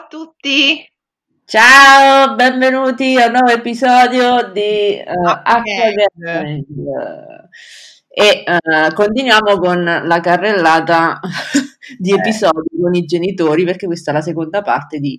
a tutti! Ciao, benvenuti a un nuovo episodio di Happy Acqua Gang! Gang. Continuiamo con la carrellata di Eh, episodi con i genitori, perché questa è la seconda parte di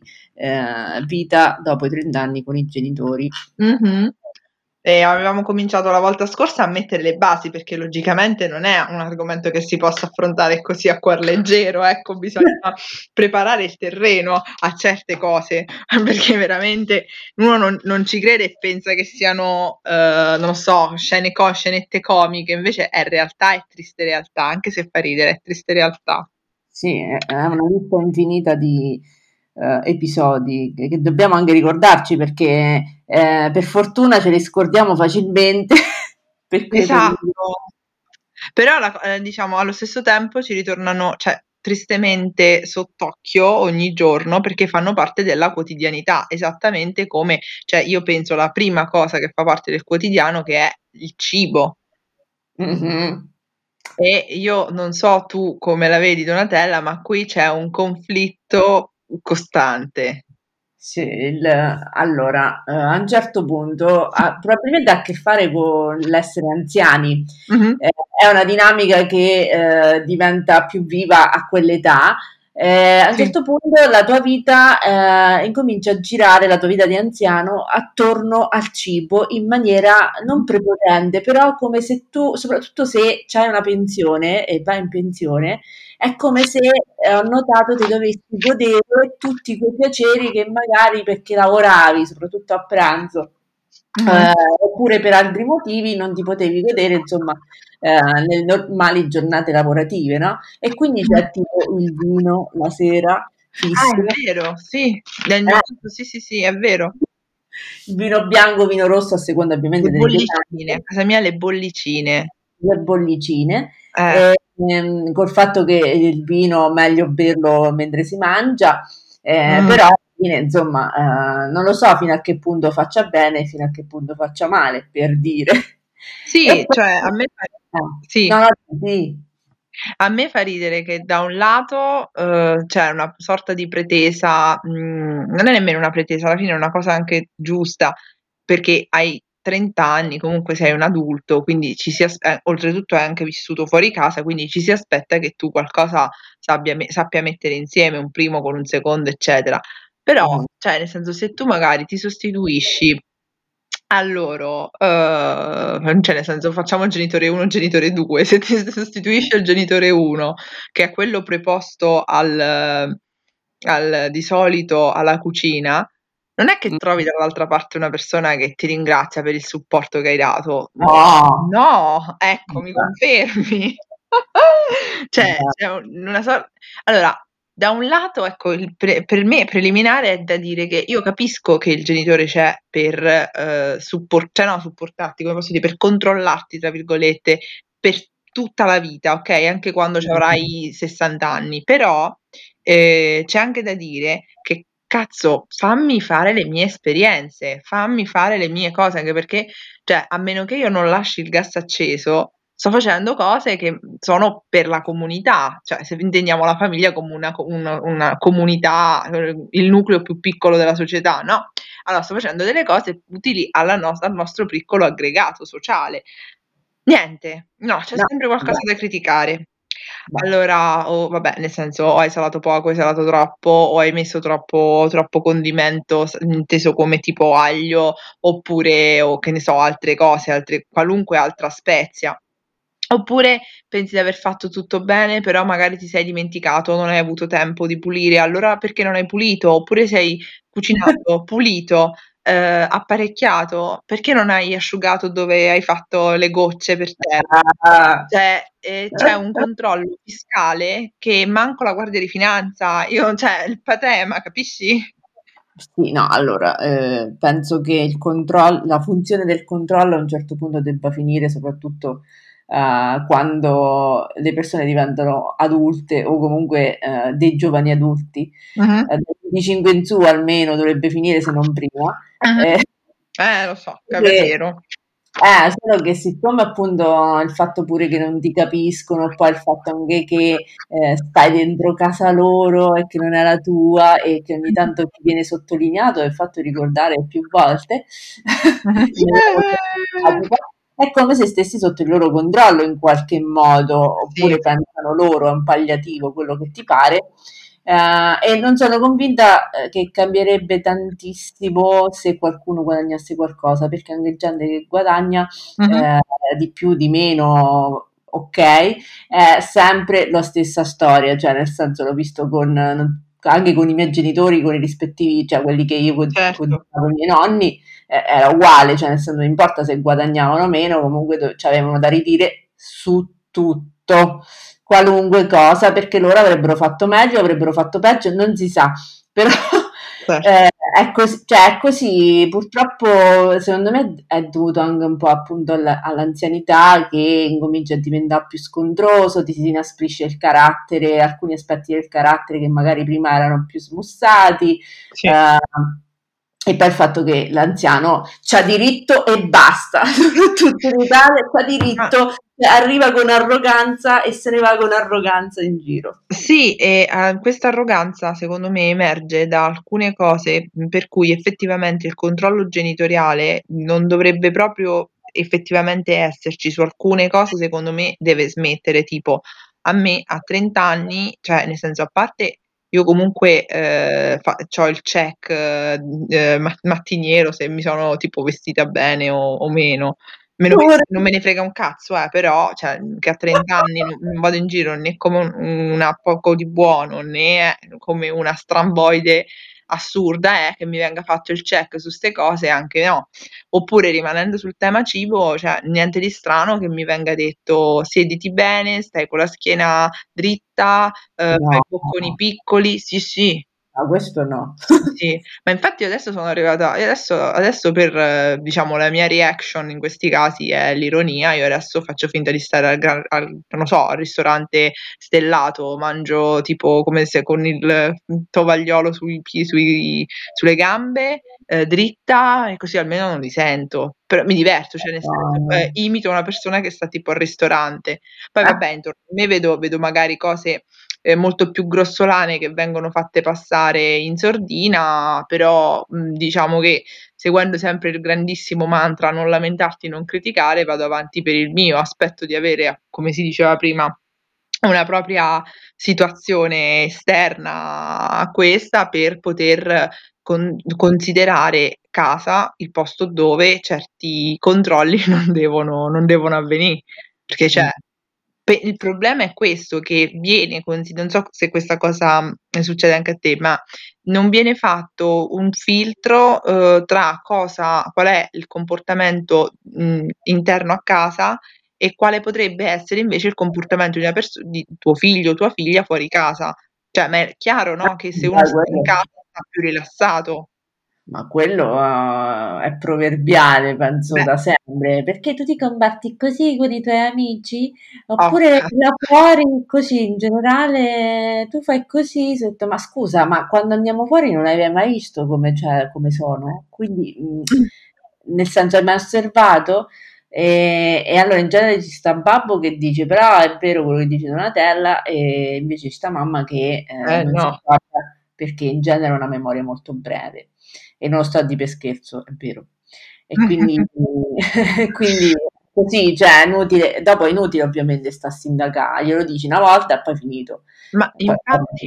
vita dopo i 30 anni con i genitori. mhm. E avevamo cominciato la volta scorsa a mettere le basi perché logicamente non è un argomento che si possa affrontare così a cuor leggero, ecco, bisogna preparare il terreno a certe cose perché veramente uno non ci crede e pensa che siano, non so, scenette comiche, invece è realtà, è triste realtà, anche se fa ridere, è triste realtà. Sì, è una lista infinita di episodi che dobbiamo anche ricordarci perché per fortuna ce li scordiamo facilmente perché Esatto. Però diciamo allo stesso tempo ci ritornano, cioè tristemente sott'occhio ogni giorno perché fanno parte della quotidianità, esattamente come, cioè io penso la prima cosa che fa parte del quotidiano che è il cibo. Mhm. E io non so tu come la vedi Donatella, ma qui c'è un conflitto costante. Sì, allora, a un certo punto probabilmente ha a che fare con l'essere anziani. Mh-mh. È una dinamica che diventa più viva a quell'età. A un Sì. certo punto la tua vita incomincia a girare, la tua vita di anziano, attorno al cibo in maniera non prepotente, però come se tu, soprattutto se hai una pensione e vai in pensione, è come se ho notato ti dovessi godere tutti quei piaceri che magari perché lavoravi, soprattutto a pranzo, Mh-mh. oppure per altri motivi non ti potevi godere, insomma, nelle normali giornate lavorative, no? E quindi Mh-mh. c'è tipo il vino la sera Ah, fisso, è vero, sì, nel mio eh, caso sì, sì, sì, è vero. vino bianco, vino rosso, a seconda Le ovviamente delle bollicine, a giornate, casa mia le bollicine. le bollicine, Eh. e, col fatto che il vino meglio berlo mentre si mangia, Mh. però alla fine, insomma, non lo so fino a che punto faccia bene e fino a che punto faccia male, per dire. Sì, E cioè poi, sì, no, no, sì. a me fa ridere che da un lato, c'è una sorta di pretesa, non è nemmeno una pretesa, alla fine è una cosa anche giusta, perché hai 30 anni, comunque sei un adulto, quindi oltretutto hai anche vissuto fuori casa, quindi ci si aspetta che tu qualcosa sappia mettere insieme, un primo con un secondo, eccetera. Però, Mm. cioè nel senso, se tu magari ti sostituisci a loro, cioè nel senso facciamo il genitore 1 e il genitore 2, se ti sostituisci al genitore 1, che è quello preposto al di solito alla cucina, non è che trovi dall'altra parte una persona che ti ringrazia per il supporto che hai dato. No. No, ecco, mi confermi? Cioè, c'è una allora, da un lato, ecco, per me preliminare è da dire che io capisco che il genitore c'è per, cioè no, supportarti, come posso dire, per "controllarti" tra virgolette, per tutta la vita, okay, anche quando c'avrai 60 anni. Però, c'è anche da dire che: "Cazzo, fammi fare le mie esperienze, fammi fare le mie cose", anche perché, cioè, a meno che io non lasci il gas acceso, sto facendo cose che, sono per la comunità, cioè se intendiamo la famiglia come una comunità, il nucleo più piccolo della società, no, allora sto facendo delle cose utili al nostro piccolo aggregato sociale. Niente, no, c'è No, sempre qualcosa beh, da criticare. beh. Allora o vabbè, nel senso o hai salato poco, hai salato troppo, o hai messo troppo condimento, inteso come tipo aglio, oppure o che ne so, altre cose, altre qualunque altra spezia. Oppure pensi di aver fatto tutto bene, però magari ti sei dimenticato, non hai avuto tempo di pulire, allora perché non hai pulito? Oppure se hai cucinato, pulito, apparecchiato, perché non hai asciugato dove hai fatto le gocce per terra? Ah. Cioè, c'è un controllo fiscale che manco la Guardia di Finanza, io cioè il patema, capisci? Sì, no, allora, penso che la funzione del controllo a un certo punto debba finire, soprattutto quando le persone diventano adulte o comunque dei giovani adulti. Mh-mh. Dai 25 in su almeno dovrebbe finire, se non prima. Mh-mh. Eh, Lo so, è perché vero. Solo che siccome appunto il fatto pure che non ti capiscono, poi il fatto anche che stai dentro casa loro e che non è la tua e che ogni tanto ti viene sottolineato e fatto ricordare più volte, in maniera molto simpatica, è come se stessi sotto il loro controllo in qualche modo, Sì. oppure pensano loro, è un palliativo, quello che ti pare. E non sono convinta che cambierebbe tantissimo se qualcuno guadagnasse qualcosa, perché anche gente che guadagna Mhm. di più, di meno, ok, è sempre la stessa storia, cioè nel senso l'ho visto anche con i miei genitori, con i rispettivi, cioè quelli che io Certo. continuavo, i miei nonni, era uguale, cioè nel senso non importa se guadagnavano o meno, comunque avevano da ridire su tutto, qualunque cosa, perché loro avrebbero fatto meglio, avrebbero fatto peggio, non si sa, però Certo. è così, cioè è così, purtroppo secondo me è dovuto anche un po' appunto all'anzianità che incomincia a diventare più scontroso, ti si inasprisce il carattere, alcuni aspetti del carattere che magari prima erano più smussati, Sì. eh, e poi il fatto che l'anziano c'ha diritto e basta, soprattutto in Italia c'ha Ma diritto, arriva con arroganza e se ne va con arroganza in giro. sì, e questa arroganza secondo me emerge da alcune cose per cui effettivamente il controllo genitoriale non dovrebbe proprio effettivamente esserci. Su alcune cose secondo me deve smettere, tipo a me a 30 anni, cioè nel senso a parte io comunque c'ho il check mattiniero se mi sono tipo vestita bene o meno. Pure. Non me ne frega un cazzo, però, cioè, che a 30 anni non vado in giro né come una poco di buono, né come una stramboide assurda, che mi venga fatto il check su 'ste cose, anche no. Oppure rimanendo sul tema cibo, cioè, niente di strano che mi venga detto: "Siediti bene, stai con la schiena dritta, fai No, bocconi piccoli." Sì, sì. no, questo no. Sì, sì, ma infatti adesso sono arrivata e adesso per diciamo la mia reaction in questi casi è l'ironia, io adesso faccio finta di stare non lo so, al ristorante stellato, mangio tipo come se con il tovagliolo sulle gambe, dritta e così almeno non li sento. Però mi diverto, cioè nel senso, No, imito una persona che sta tipo al ristorante. Poi no. vabbè intorno a me vedo magari cose molto più grossolane che vengono fatte passare in sordina, però, diciamo che seguendo sempre il grandissimo mantra: "Non lamentarti, non criticare", vado avanti per il mio. Aspetto di avere, come si diceva prima, una propria situazione esterna a questa per poter considerare casa il posto dove certi controlli non devono avvenì. Perché cioè Mh. il problema è questo, che viene non so se questa cosa, succede anche a te, ma non viene fatto un filtro, tra qual è il comportamento, interno a casa e quale potrebbe essere invece il comportamento di tuo figlio o tua figlia fuori casa. Cioè, ma è chiaro, no, che se uno Dai, sta in quello casa sta più rilassato. ma quello, è proverbiale penso Beh, da sempre. "Perché tu ti comporti così con i tuoi amici? Oppure oka. là fuori così in generale tu fai così?" Ho detto: "Ma scusa, ma quando andiamo fuori non hai mai visto come sono? Quindi, nel senso hai mai osservato?" E allora in genere ci sta babbo che dice: "Però è vero quello che dice Donatella", e invece ci sta mamma che, non si No. accorge perché in genere ha una memoria molto breve. E non lo sto a di per scherzo, è vero. E quindi quindi così, cioè è inutile dopo è inutile ovviamente sta a sindacà, glielo dici una volta e poi finito. Ma E poi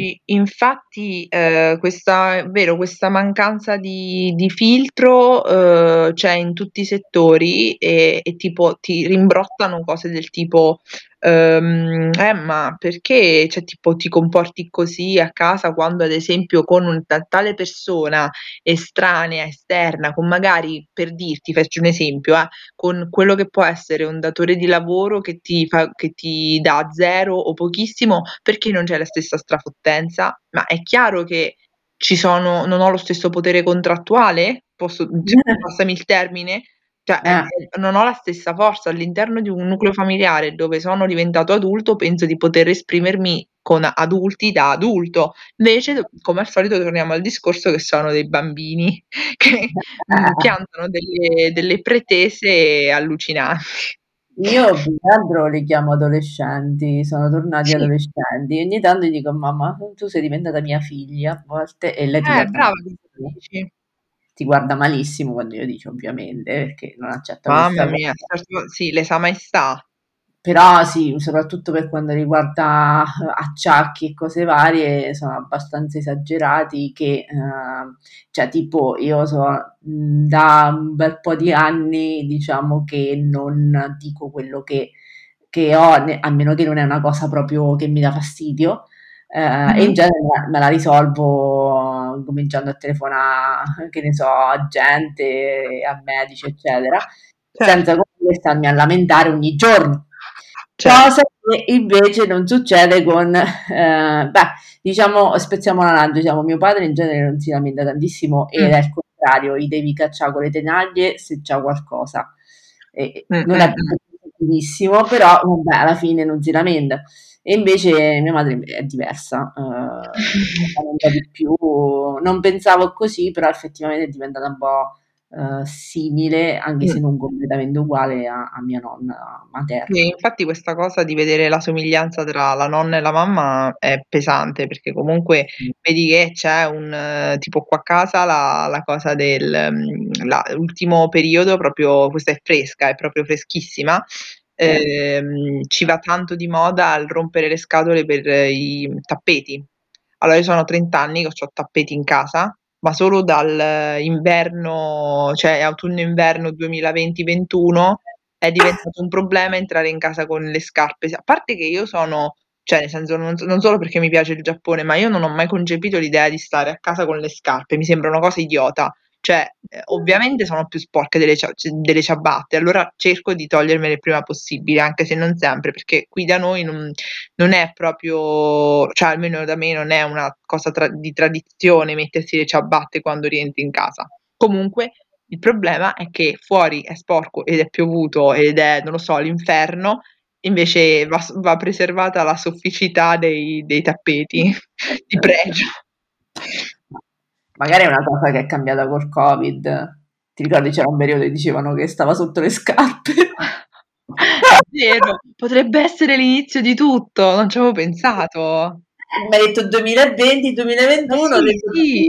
infatti, questa è vero, questa mancanza di filtro, c'è in tutti i settori e tipo ti rimbrottano cose del tipo, ma perché cioè tipo ti comporti così a casa quando ad esempio con tale persona estranea, esterna, con magari per dirti, faccio un esempio, con quello che può essere un datore di lavoro che ti dà 0 o pochissimo, perché non c'è la stessa strafottenza? Ma è chiaro che non ho lo stesso potere contrattuale? Cioè, passami il termine? Cioè, Eh. non ho la stessa forza all'interno di un nucleo familiare dove sono diventato adulto, penso di poter esprimermi con adulti da adulto. Invece, come al solito, torniamo al discorso che sono dei bambini che, piantano delle pretese allucinanti. Io più che altro li chiamo adolescenti, sono tornati Sì, adolescenti. Ogni tanto gli dico: "Mamma, tu sei diventata mia figlia", a volte, e lei brava che dici. ti guarda malissimo quando io dico ovviamente, perché non accetta Mamma questa mia, cosa. certo sì, lesa maestà. Però sì, soprattutto per quando riguarda acciacchi e cose varie, sono abbastanza esagerati che, cioè tipo io da un bel po' di anni diciamo che non dico quello che ho, a meno che non è una cosa proprio che mi dà fastidio, e in Mh-mh. genere me la risolvo cominciando a telefonare, che ne so, a gente, a medici, eccetera, senza Certo, comunque starmi a lamentare ogni giorno. certo. Cosa che invece non succede con, beh, diciamo, spezziamo la lancia, diciamo, mio padre in genere non si lamenta tantissimo ed Mh. è il contrario, gli devi cacciare con le tenaglie se c'ha qualcosa. E Mh, non mh, è mh. benissimo, però vabbè, alla fine non si lamenta. E invece mia madre è diversa, si lamenta di più. Non pensavo così, però effettivamente è diventata un po' simile, anche Mh. se non completamente uguale a mia nonna Sì, materna. infatti questa cosa di vedere la somiglianza tra la nonna e la mamma è pesante, perché comunque vedi che c'è tipo qua a casa la cosa ultimo periodo proprio questa è fresca, è proprio freschissima, Sì. ci va tanto di moda il rompere le scatole per i tappeti. Allora io sono 30 anni che c'ho tappeti in casa, ma solo dal inverno, cioè autunno-inverno 2020-21 è diventato un problema entrare in casa con le scarpe. A parte che io sono, cioè nel senso non solo perché mi piace il Giappone, ma io non ho mai concepito l'idea di stare a casa con le scarpe, mi sembra una cosa idiota. Cioè, ovviamente sono più sporche delle ciabatte, allora cerco di togliermele il prima possibile, anche se non sempre, perché qui da noi non è proprio, cioè almeno da me non è una cosa di tradizione mettersi le ciabatte quando rientri in casa. Comunque il problema è che fuori è sporco ed è piovuto ed è, non lo so, l'inferno, invece va preservata la sofficità dei tappeti di pregio. Magari è una cosa che è cambiata col Covid. Ti ricordi c'era un periodo che dicevano che stava sotto le scarpe? È vero, potrebbe essere l'inizio di tutto, non ci avevo pensato. Mi hai detto 2020, Ma 2021, ho sì, detto sì. sì.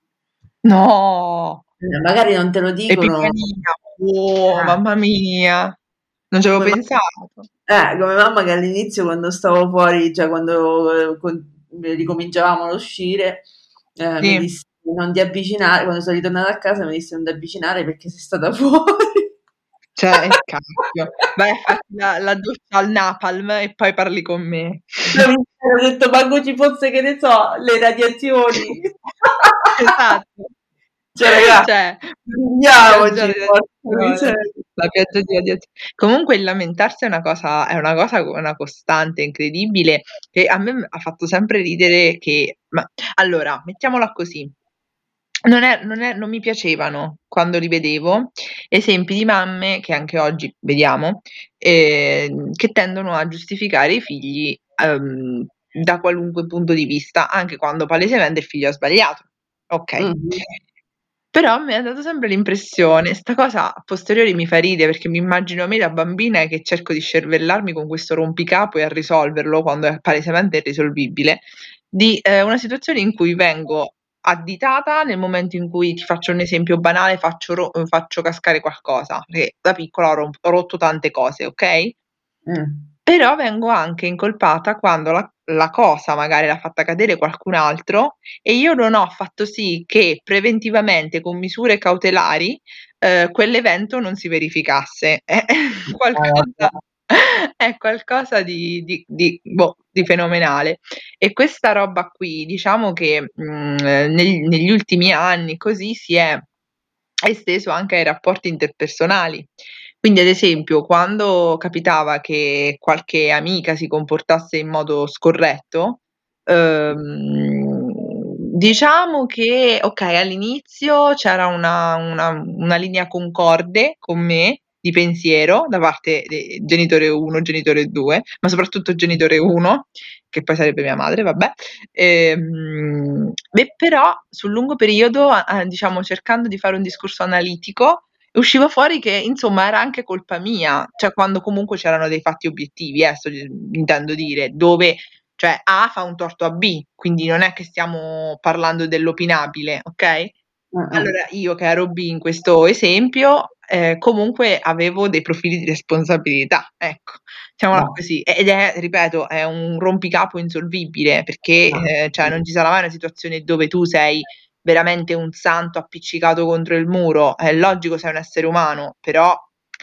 No, Magari non te lo dicono. Epifania. Oh, mamma mia, non ci avevo Come, pensato. come mamma che all'inizio quando stavo fuori, cioè quando ricominciavamo ad uscire, mi Sì. disse non ti avvicinare, quando sono ritornata a casa mi disse non ti avvicinare perché sei stata fuori. Cioè, cacchio. Vai a farti la doccia al napalm e poi parli con me. Ho detto manco ci fosse, che ne so, le radiazioni. Esatto. Cioè, raga, Cioè, figuriamoci, viaggiare porca radiazione, miseria. la pioggia di radiazio comunque il lamentarsi è una costante incredibile che a me ha fatto sempre ridere che ma allora, mettiamola così, non mi piacevano quando li vedevo esempi di mamme, che anche oggi vediamo, che tendono a giustificare i figli, da qualunque punto di vista, anche quando palesemente il figlio ha sbagliato. Okay. Mh-mh. Però mi ha dato sempre l'impressione, 'sta cosa a posteriori mi fa ridere, perché mi immagino me da bambina che cerco di scervellarmi con questo rompicapo e a risolverlo quando è palesemente irrisolvibile, di, una situazione in cui vengo additata nel momento in cui ti faccio un esempio banale, faccio cascare qualcosa, perché da piccola ho rotto tante cose, okay? Mh. Però vengo anche incolpata quando la cosa magari l'ha fatta cadere qualcun altro e io non ho fatto sì che preventivamente con misure cautelari, quell'evento non si verificasse. È Vabbè. qualcosa è qualcosa di fenomenale. E questa roba qui diciamo che, negli ultimi anni così si è esteso anche ai rapporti interpersonali. Quindi, ad esempio, quando capitava che qualche amica si comportasse in modo scorretto, Diciamo che, okay, all'inizio c'era una linea concorde con me di pensiero da parte de genitore 1, genitore 2, ma soprattutto genitore 1, che poi sarebbe mia madre, vabbè. E però sul lungo periodo, diciamo cercando di fare un discorso analitico, usciva fuori che insomma era anche colpa mia, cioè quando comunque c'erano dei fatti obiettivi, intendo dire, dove cioè A fa un torto a B, quindi non è che stiamo parlando dell'opinabile, okay? Allora io che ero B in questo esempio, comunque avevo dei profili di responsabilità, ecco, mettiamola No, così. Ed è, ripeto, è un rompicapo insolvibile perché, no. cioè non ci sarà mai una situazione dove tu sei veramente un santo appiccicato contro il muro. È logico, sei un essere umano, però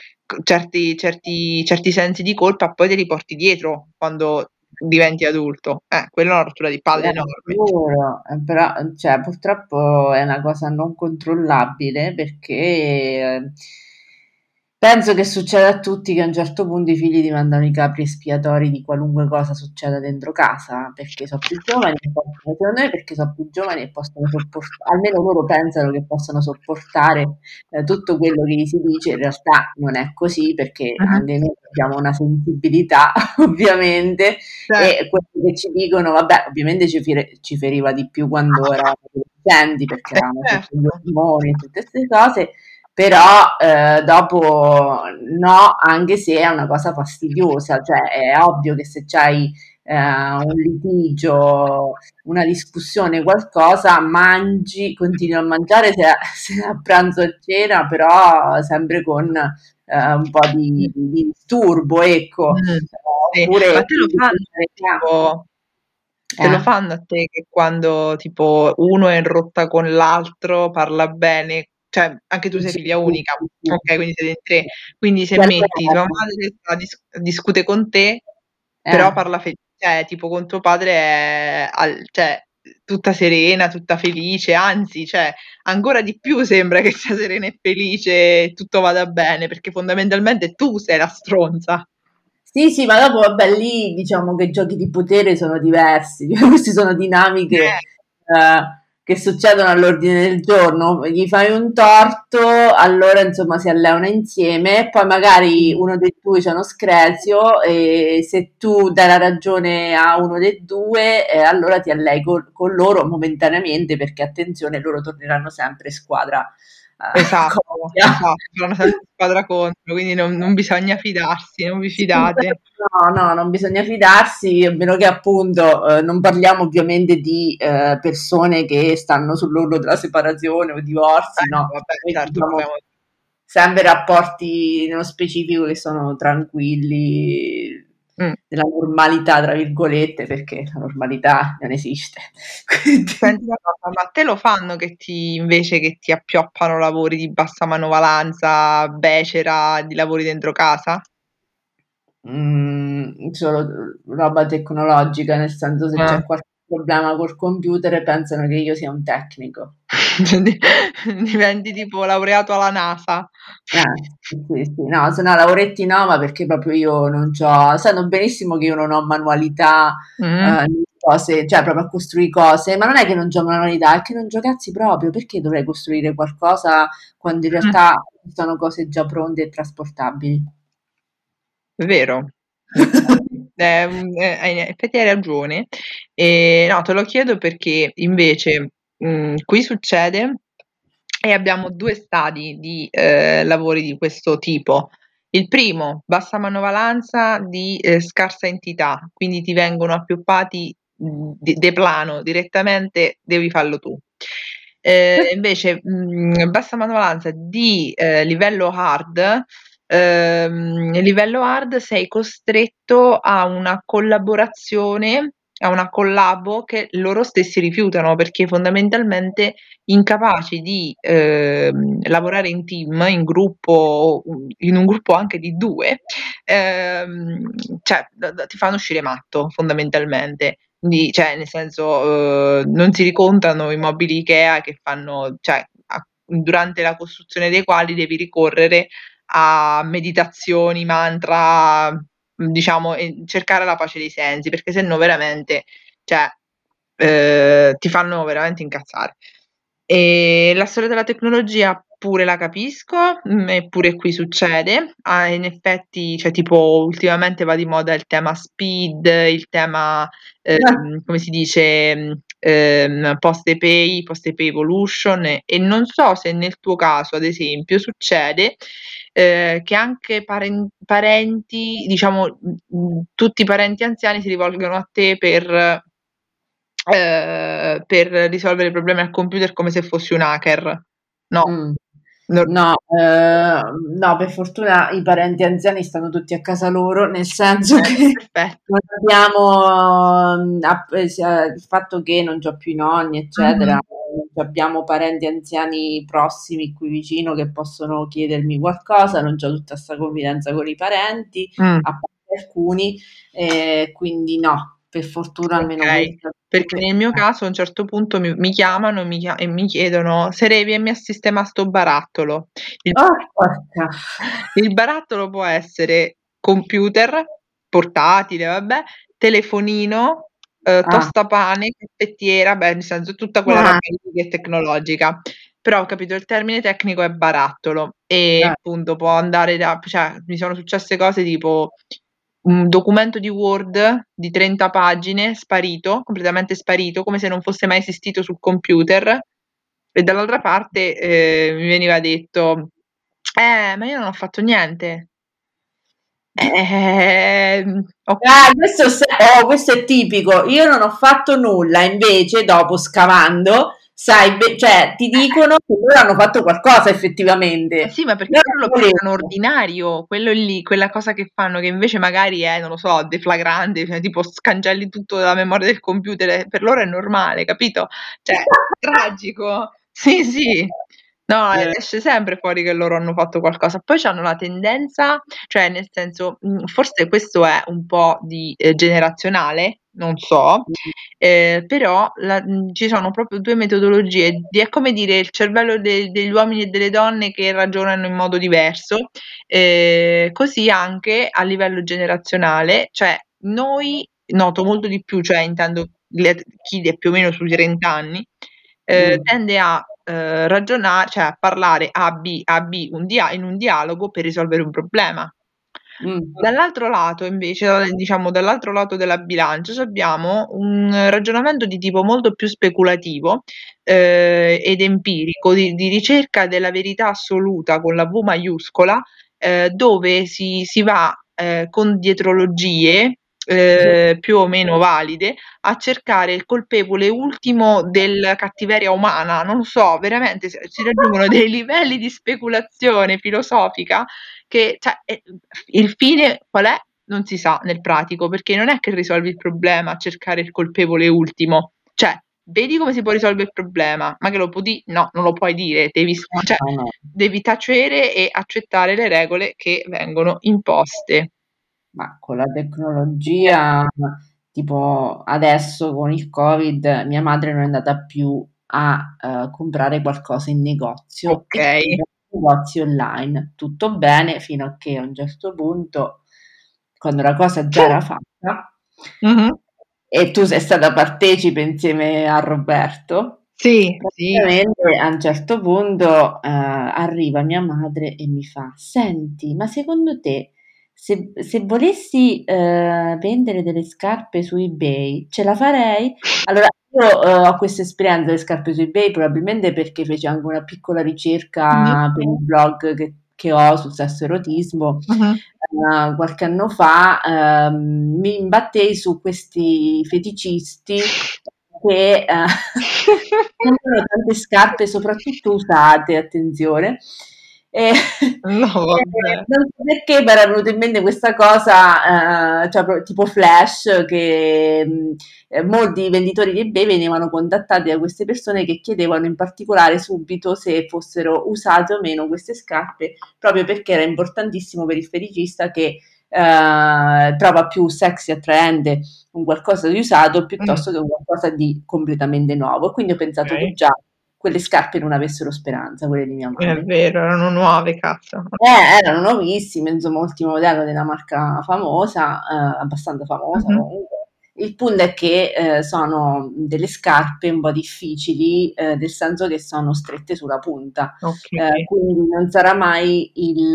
certi sensi di colpa poi te li porti dietro quando diventi adulto. Quella è una rottura di palle enorme. Sicuro, però cioè, purtroppo è una cosa non controllabile perché penso che succeda a tutti che a un certo punto i figli diventano i capri espiatori di qualunque cosa succeda dentro casa, perché sono più giovani, secondo me perché sono più giovani e possono sopportare, almeno loro pensano che possano sopportare tutto quello che gli si dice, in realtà non è così perché Mh-mh. anche noi abbiamo una sensibilità ovviamente e Certo. quello che ci dicono, vabbè, ovviamente ci feriva di più quando eravamo adolescenti perché eravamo sotto gli Certo. ormoni e tutte queste cose, però dopo no, anche se è una cosa fastidiosa, cioè è ovvio che se c'hai un litigio, una discussione, qualcosa, mangi, continui a mangiare se a pranzo e cena, però sempre con un po' di disturbo, ecco. Mh. Sì, Oppure ma te lo fanno tipo te lo eh? fanno a te che quando tipo uno è in rotta con l'altro parla bene, cioè anche tu sei Sì, figlia sì, unica, sì, sì. okay, quindi siete in 3, quindi se Si metti tua alternano. madre sta discute con te, Eh. però parla cioè tipo con tuo padre è cioè tutta serena, tutta felice, anzi, cioè ancora di più sembra che sia serena e felice e tutto vada bene, perché fondamentalmente tu sei la stronza. Sì, sì, ma dopo vabbè lì diciamo che i giochi di potere sono diversi, queste sono dinamiche che succedono all'ordine del giorno, gli fai un torto, allora insomma si alleano insieme, poi magari uno dei due c'è uno screzio e se tu dai la ragione a uno dei due, allora ti allei con loro momentaneamente perché attenzione, loro torneranno sempre squadra Esatto, coppia. esatto, sono sempre squadra contro, quindi non bisogna fidarsi, non vi Sì, fidate. no, no, non bisogna fidarsi, a meno che appunto non parliamo ovviamente di persone che stanno sull'orlo della separazione o divorzi, No, no? vabbè, Noi certo, diciamo parliamo sempre rapporti nello specifico che sono tranquilli, mh. della normalità, tra virgolette, perché la normalità non esiste. Senti Quindi, una cosa, ma a te lo fanno che ti invece che ti appioppano lavori di bassa manovalanza, becera, di lavori dentro casa? solo roba tecnologica, nel senso se Ah. c'è qualche problema col computer pensano che io sia un tecnico. Cioè diventi tipo laureato alla NASA. Sì, sì, no, se no lavoretti no, ma perché proprio io non c'ho, sanno benissimo che io non ho manualità, Mh. in cose, cioè proprio a costruire cose, ma non è che non c'ho manualità, è che non c'ho cazzi proprio, perché dovrei costruire qualcosa quando in Mh. realtà sono cose già pronte e trasportabili? È vero, in effetti. In effetti hai ragione. No, te lo chiedo perché invece, qui succede e abbiamo 2 stadi di, lavori di questo tipo. Il primo, bassa manovalanza di, scarsa entità, quindi ti vengono appioppati, de plano, direttamente devi farlo tu. Invece, bassa manovalanza di, livello hard sei costretto a una collaborazione, a una collabo che loro stessi rifiutano, perché fondamentalmente incapaci di, lavorare in team, in gruppo o, in un gruppo anche di 2, cioè ti fanno uscire matto fondamentalmente. Quindi cioè nel senso, non si ricontano i mobili IKEA che fanno cioè durante la costruzione dei quali devi ricorrere a meditazioni, mantra, diciamo, e cercare la pace dei sensi, perché se no veramente cioè ti fanno veramente incazzare. E la storia della tecnologia pure la capisco, eppure qui succede. In effetti, cioè tipo ultimamente va di moda il tema speed, il tema, come si dice, post-pay evolution e non so se nel tuo caso, ad esempio, succede, che anche parenti, diciamo, tutti i parenti anziani si rivolgono a te per risolvere problemi al computer come se fossi un hacker. No, Mh. non No, no, per fortuna i parenti anziani stanno tutti a casa loro, nel senso che perfetto. non abbiamo, il fatto che non c'ho più i nonni, eccetera, Mh-mh. non abbiamo parenti anziani prossimi qui vicino che possono chiedermi qualcosa, non c'ho tutta 'sta confidenza con i parenti, Mh. a parte alcuni, quindi no, per fortuna almeno Okay, questa perché nel mio caso a un certo punto mi chiamano e mi chiedono: "Seria, vieni a sistemà 'sto barattolo". Il oh porca. il barattolo può essere computer, portatile, vabbè, telefonino, Ah, tostapane, caffettiera, beh, nel senso tutta quella roba ah, lì che è tecnologica. Però, capito, il termine tecnico è barattolo e eh, appunto può andare da cioè mi sono successe cose tipo un documento di Word di 30 pagine sparito, completamente sparito, come se non fosse mai esistito sul computer e dall'altra parte, mi veniva detto: ma io non ho fatto niente". Okay. Ah, questo è tipico. Io non ho fatto nulla, invece dopo scavando, sai, cioè ti dicono che loro hanno fatto qualcosa effettivamente. Sì, ma perché Io loro lo non pensano volevo. ordinario, quello lì, quella cosa che fanno che invece magari è, non lo so, deflagrante, cioè tipo scancelli tutto dalla memoria del computer e per loro è normale, capito? Cioè, tragico. Sì, sì. No, Eh, esce sempre fuori che loro hanno fatto qualcosa. Poi c'hanno la tendenza cioè nel senso, forse questo è un po' di generazionale, non so, però ci sono proprio 2 metodologie è come dire il cervello degli uomini e delle donne che ragionano in modo diverso, così anche a livello generazionale, cioè noi noto molto di più, cioè intendo chi è più o meno sui 30 anni, mm, tende a, cioè a parlare A, B, A, B, in un dialogo per risolvere un problema. mm, Dall'altro lato invece, diciamo dall'altro lato della bilancia, c'abbiamo un ragionamento di tipo molto più speculativo, ed empirico, di ricerca della verità assoluta con la V maiuscola, dove si va, con dietrologie, sì. più o meno valide, a cercare il colpevole ultimo del cattiveria umana. Non so, veramente si raggiungono dei livelli di speculazione filosofica che cioè, il fine qual è? Non si sa nel pratico, perché non è che risolvi il problema a cercare il colpevole ultimo. Cioè, vedi come si può risolvere il problema, ma che lo può no, non lo puoi dire, cioè, No, no. devi tacere e accettare le regole che vengono imposte. Ma con la tecnologia, tipo adesso con il Covid, mia madre non è andata più a comprare qualcosa in negozio e Okay. compra negozi online. Tutto bene fino a che a un certo punto, quando la cosa già era fatta, Mh-mh. e tu sei stata partecipe insieme a Roberto, Sì, sì. praticamente a un certo punto arriva mia madre e mi fa: Senti, ma secondo te se volessi vendere delle scarpe su eBay, ce la farei? Allora, io ho questa esperienza delle scarpe su eBay probabilmente perché feci anche una piccola Mh-mh. ricerca per il blog che ho sul sesso erotismo Mh-mh. qualche anno fa, mi imbattei su questi feticisti che vendono tante scarpe, soprattutto usate, attenzione. E, No, vabbè. non so perché mi era venuta in mente questa cosa, cioè tipo flash, che molti venditori di eBay venivano contattati da queste persone che chiedevano in particolare subito se fossero usate o meno queste scarpe, proprio perché era importantissimo per il feticista che trova più sexy e attraente un qualcosa di usato Mh, piuttosto che un qualcosa di completamente nuovo. E quindi ho pensato che okay. già quelle scarpe non avessero speranza, quelle di mia È madre. vero, erano nuove, cazzo. Erano nuovissime, insomma, ultimo modello della marca famosa, abbastanza famosa Mh-mh. comunque. il punto è che sono delle scarpe un po' difficili, nel senso che sono strette sulla punta, Okay. quindi non sarà mai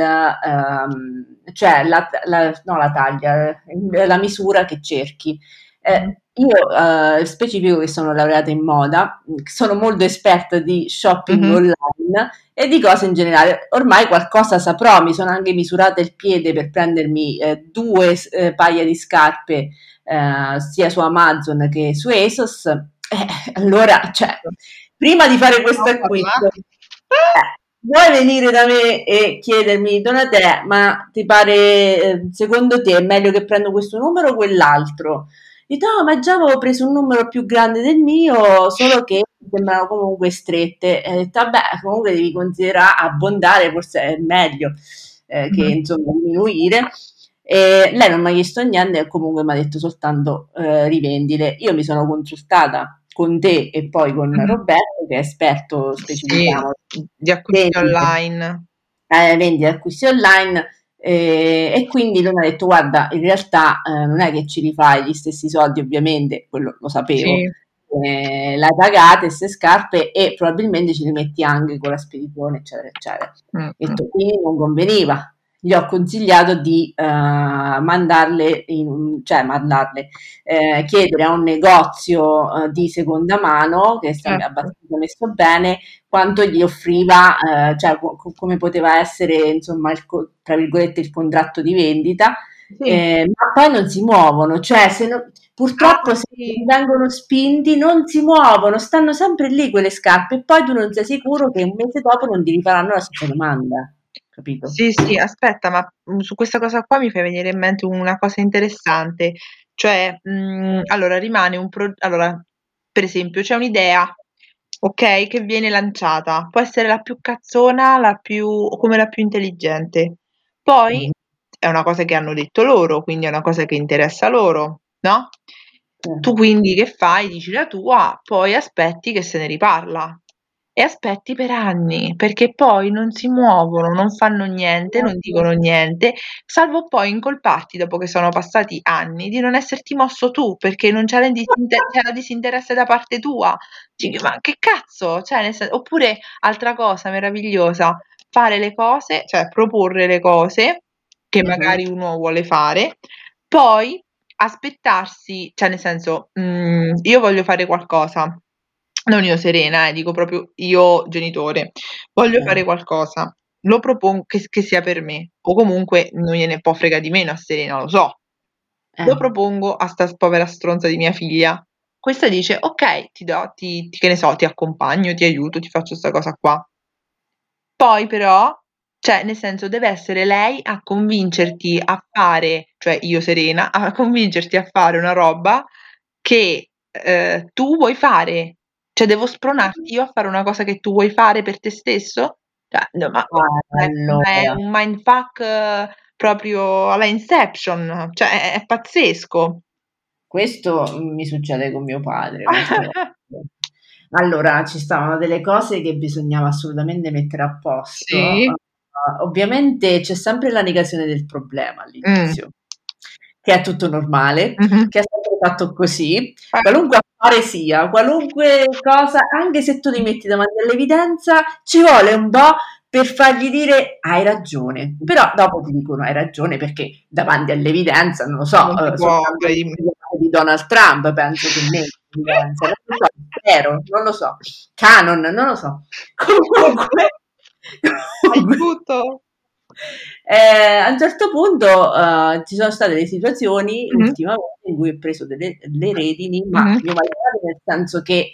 cioè no, la taglia, la misura che cerchi. Mh-mh. Io specifico che sono laureata in moda, sono molto esperta di shopping Mh-mh. online e di cose in generale. Ormai qualcosa saprò, mi sono anche misurata il piede per prendermi due paia di scarpe sia su Amazon che su ASOS. Allora, cioè, prima di fare Ne ho questo acquisto, parlato. vuoi venire da me e chiedermi, Donatè, ma ti pare, secondo te è meglio che prendo questo numero o quell'altro? Dico, no, ma già avevo preso un numero più grande del mio, solo che mi sembrano comunque strette. E ho detto, vabbè, comunque devi considerare abbondare, forse è meglio che Mh-mh. insomma diminuire. E lei non mi ha chiesto niente e comunque mi ha detto soltanto rivendile. Io mi sono consultata con te e poi con Mh-mh. Roberto, che è esperto, Sì, specifichiamo, di acquisti vendite, online. vendite e acquisti online. E quindi lui mi ha detto: Guarda, in realtà non è che ci rifai gli stessi soldi, ovviamente, quello lo sapevo. Sì. L'hai pagate queste scarpe e probabilmente ci rimetti anche con la spedizione, eccetera, eccetera. E Mh-mh. quindi non conveniva. Gli ho consigliato di chiedere a un negozio di seconda mano che sta Certo. abbastanza messo bene quanto gli offriva, cioè come poteva essere, insomma, tra virgolette, il contratto di vendita, Sì. ma poi non si muovono, cioè Ah, purtroppo se sì. vengono spinti non si muovono, stanno sempre lì quelle scarpe e poi tu non sei sicuro che un mese dopo non ti rifaranno la stessa domanda, capito? Sì, sì, aspetta, ma, su questa cosa qua mi fai venire in mente una cosa interessante. Cioè, allora rimane un allora, per esempio, c'è un'idea, okay, che viene lanciata. Può essere la più cazzona, la più o come la più intelligente. Poi Mh-mh. è una cosa che hanno detto loro, quindi è una cosa che interessa loro, no, Sì. tu quindi che fai? Dici la tua, poi aspetti che se ne riparla. E aspetti per anni, perché poi non si muovono, non fanno niente, non dicono niente, salvo poi incolparti dopo che sono passati anni di non esserti mosso tu, perché non c'era disinteresse da parte tua. Dici: "Ma che cazzo?" Cioè oppure altra cosa meravigliosa, fare le cose, cioè proporre le cose che Mh-mh. magari uno vuole fare, poi aspettarsi, cioè nel senso, io voglio fare qualcosa, non io Serena, dico proprio io genitore, voglio Eh, fare qualcosa, lo che sia per me, o comunque non gliene può frega di meno a Serena, lo so. Lo eh. propongo a 'sta povera stronza di mia figlia. Questa dice: "Okay, ti do che ne so, ti accompagno, ti aiuto, ti faccio 'sta cosa qua". Poi però, cioè nel senso deve essere lei a convincerti a fare, cioè io Serena, a convincerti a fare una roba che, tu vuoi fare. Cioè devo spronarti io a fare una cosa che tu vuoi fare per te stesso? Cioè no, ma è Allora, un mindfuck proprio alla Inception, cioè è pazzesco. questo mi succede con mio padre molte volte. Allora, ci stavano delle cose che bisognava assolutamente mettere a posto. Sì. Ovviamente c'è sempre la negazione del problema Mh. all'inizio, che è tutto normale, Mh-mh. che è sempre fatto così. Eh. Qualunque affare sia, qualunque cosa, anche se tu li metti davanti all'evidenza, ci vuole un po' per fargli dire hai ragione. Però dopo ti dicono hai ragione perché davanti all'evidenza, non lo so, Non si può soltanto fare di di Donald Trump penso che metta in evidenza, non lo so, spero, non lo so. Canon, non lo so. Comunque, comunque aiuto. a un certo punto ci sono state delle situazioni Mh-mh. ultimamente in cui ho preso le redini, ma Mh-mh. mio malgrado, nel senso che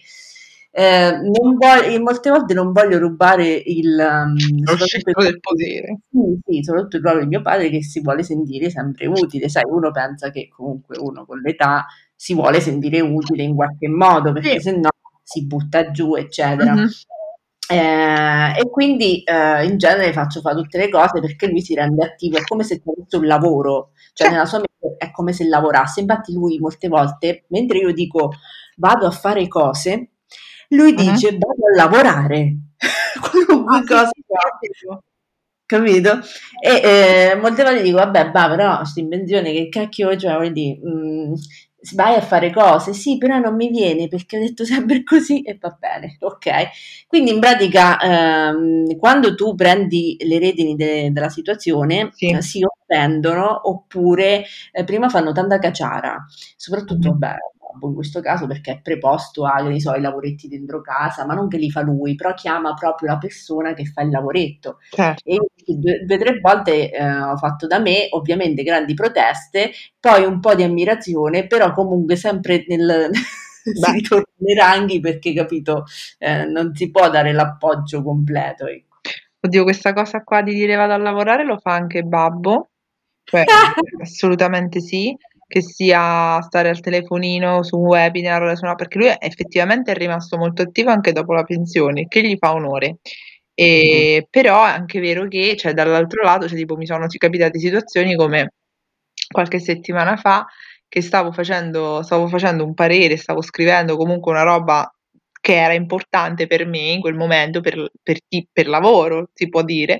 molte volte non voglio rubare Lo soprattutto scettro del potere. sì, sì, soprattutto il ruolo di mio padre che si vuole sentire sempre utile. Sai, uno pensa che comunque uno con l'età si vuole sentire utile in qualche modo, Sì. perché se no si butta giù, eccetera. Mh-mh. E quindi in genere faccio fare tutte le cose perché lui si rende attivo, è come se fosse un lavoro, cioè Sì. nella sua mente è come se lavorasse. Infatti lui molte volte, mentre io dico vado a fare cose, lui Mh-mh. dice vado a lavorare, Ah qualunque sì, cosa sì, sì, è vero. capito? E molte volte dico, vabbè, bah, però questa invenzione che cacchio, cioè, voglio dire, vai a fare cose, sì, però non mi viene perché ho detto sempre così e va bene, ok. Quindi in pratica quando tu prendi le redini della situazione Sì. si offendono oppure prima fanno tanta caciara, soprattutto Mhm. vabbè, in questo caso perché è preposto a, che ne so, i lavoretti dentro casa, ma non che li fa lui, però chiama proprio la persona che fa il lavoretto. E Certo. io due o tre volte ho fatto da me, ovviamente grandi proteste, poi un po' di ammirazione, però comunque sempre si Beh, ritorna nei ranghi perché, capito, non si può dare l'appoggio completo, ecco. oddio, questa cosa qua di dire vado a lavorare lo fa anche babbo, cioè assolutamente sì, che sia stare al telefonino su un webinar, perché lui effettivamente è rimasto molto attivo anche dopo la pensione, che gli fa onore. Mm. Però è anche vero che, cioè, dall'altro lato, cioè, tipo, mi sono capitate situazioni come qualche settimana fa che stavo facendo un parere, stavo scrivendo comunque una roba che era importante per me in quel momento, per lavoro, si può dire.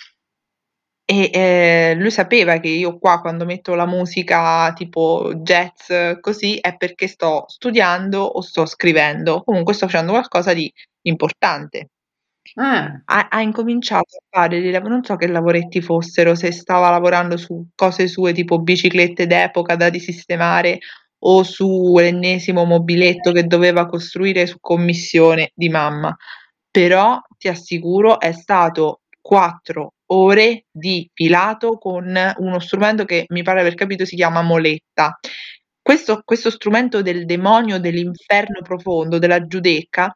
Lui sapeva che io qua quando metto la musica tipo jazz così, è perché sto studiando o sto scrivendo, comunque sto facendo qualcosa di importante. Ah, Ha incominciato a fare dei non so che lavoretti fossero, se stava lavorando su cose sue tipo biciclette d'epoca da risistemare o su l'ennesimo mobiletto che doveva costruire su commissione di mamma. Però ti assicuro è stato 4 ore di filato con uno strumento che mi pare aver capito si chiama moletta. Questo strumento del demonio dell'inferno profondo, della giudecca,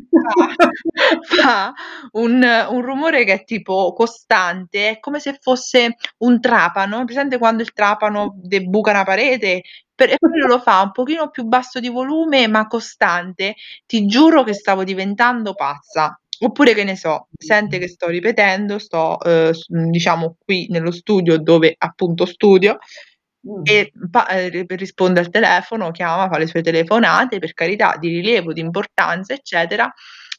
fa un rumore che è tipo costante, è come se fosse un trapano, hai presente quando il trapano buca una parete? E quello lo fa un pochino più basso di volume, ma costante. Ti giuro che stavo diventando pazza. Oppure, che ne so, sente che sto ripetendo, diciamo qui nello studio dove appunto studio mm. e risponde al telefono, chiama, fa le sue telefonate, per carità, di rilievo, di importanza, eccetera.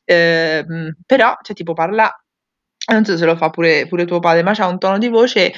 Però, cioè tipo parla, non so se lo fa pure tuo padre, ma c'ha un tono di voce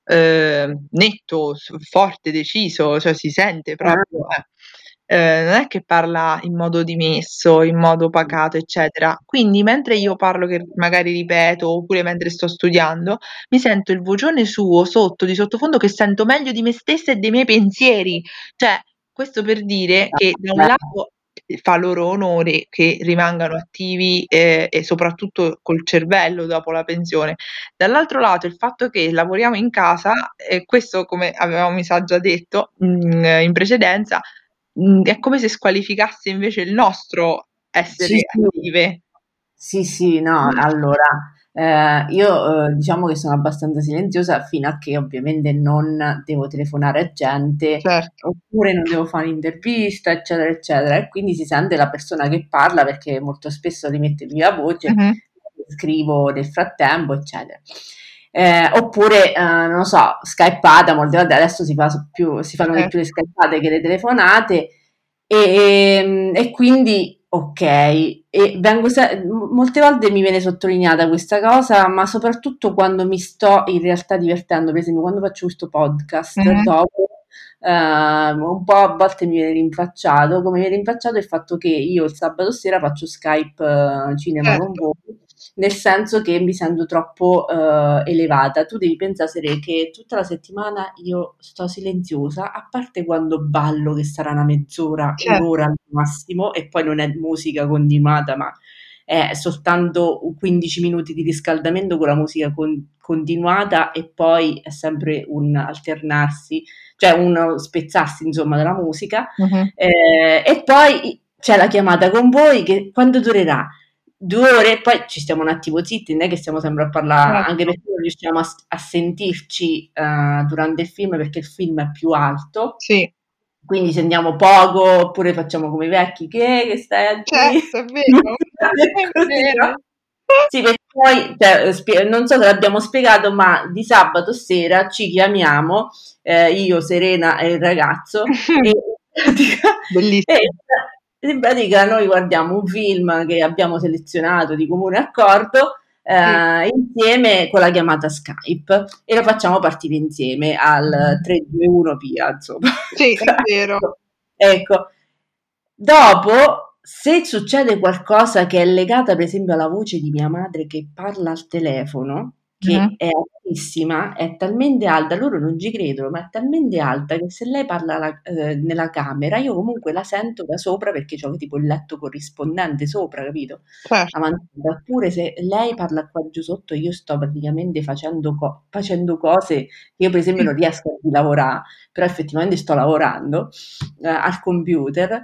netto, forte, deciso, cioè si sente Ah. proprio, eh. Non è che parla in modo dimesso, in modo pacato, eccetera. Quindi mentre io parlo che magari ripeto, oppure mentre sto studiando, mi sento il vocione suo sotto, di sottofondo, che sento meglio di me stessa e dei miei pensieri. Cioè, questo per dire che da un lato fa loro onore che rimangano attivi, e soprattutto col cervello dopo la pensione. Dall'altro lato il fatto che lavoriamo in casa, e questo come avevamo mi sa già detto, in precedenza, è come se squalificasse invece il nostro Sì, essere sì. attive. Sì, sì, no, allora, io diciamo che sono abbastanza silenziosa fino a che ovviamente non devo telefonare a gente Certo. oppure non devo fare un'intervista, eccetera, eccetera, e quindi si sente la persona che parla perché molto spesso rimette viva voce, Mh-mh. scrivo nel frattempo, eccetera. Oppure, non lo so, skypata, molte volte adesso si fanno di più le Certo. skypate che le telefonate, e quindi okay, e molte volte mi viene sottolineata questa cosa, ma soprattutto quando mi sto in realtà divertendo, per esempio quando faccio questo podcast Mh-mh. dopo, un po' a volte mi viene rinfacciato, come mi viene rinfacciato il fatto che io il sabato sera faccio Skype cinema con Certo. voi, nel senso che mi sento troppo elevata. Tu devi pensare che tutta la settimana io sto silenziosa, a parte quando ballo, che sarà una mezz'ora, Certo. un'ora al massimo, e poi non è musica continuata, ma è soltanto 15 minuti di riscaldamento con la musica continuata e poi è sempre un alternarsi, cioè un spezzarsi insomma della musica. Mh-mh. E poi c'è la chiamata con voi che quando durerà? 2 ore, poi ci stiamo un attimo zitti, non è che stiamo sempre a parlare, anche Certo. perché non riusciamo a sentirci durante il film perché il film è più alto, Sì. quindi sentiamo poco, oppure facciamo come i vecchi, che stai a dì? Certo, è vero, è Così, no? vero. Sì, perché poi, cioè, non so se l'abbiamo spiegato, ma di sabato sera ci chiamiamo, io, Serena e il ragazzo, e in pratica, e Bellissimo. in pratica noi guardiamo un film che abbiamo selezionato di comune accordo, Sì. insieme con la chiamata Skype e lo facciamo partire insieme al Mh-mh. 3, 2, 1 via, insomma. Sì, è vero. Ecco, dopo, se succede qualcosa che è legata, per esempio, alla voce di mia madre che parla al telefono, che Mhm. è altissima, è talmente alta, loro non ci credono, ma è talmente alta che se lei parla nella camera, io comunque la sento da sopra perché c'ho tipo il letto corrispondente sopra, capito? Certo. Avanzata. Oppure se lei parla qua giù sotto, io sto praticamente facendo cose che io, per esempio, non riesco a lavorare, però effettivamente sto lavorando al computer.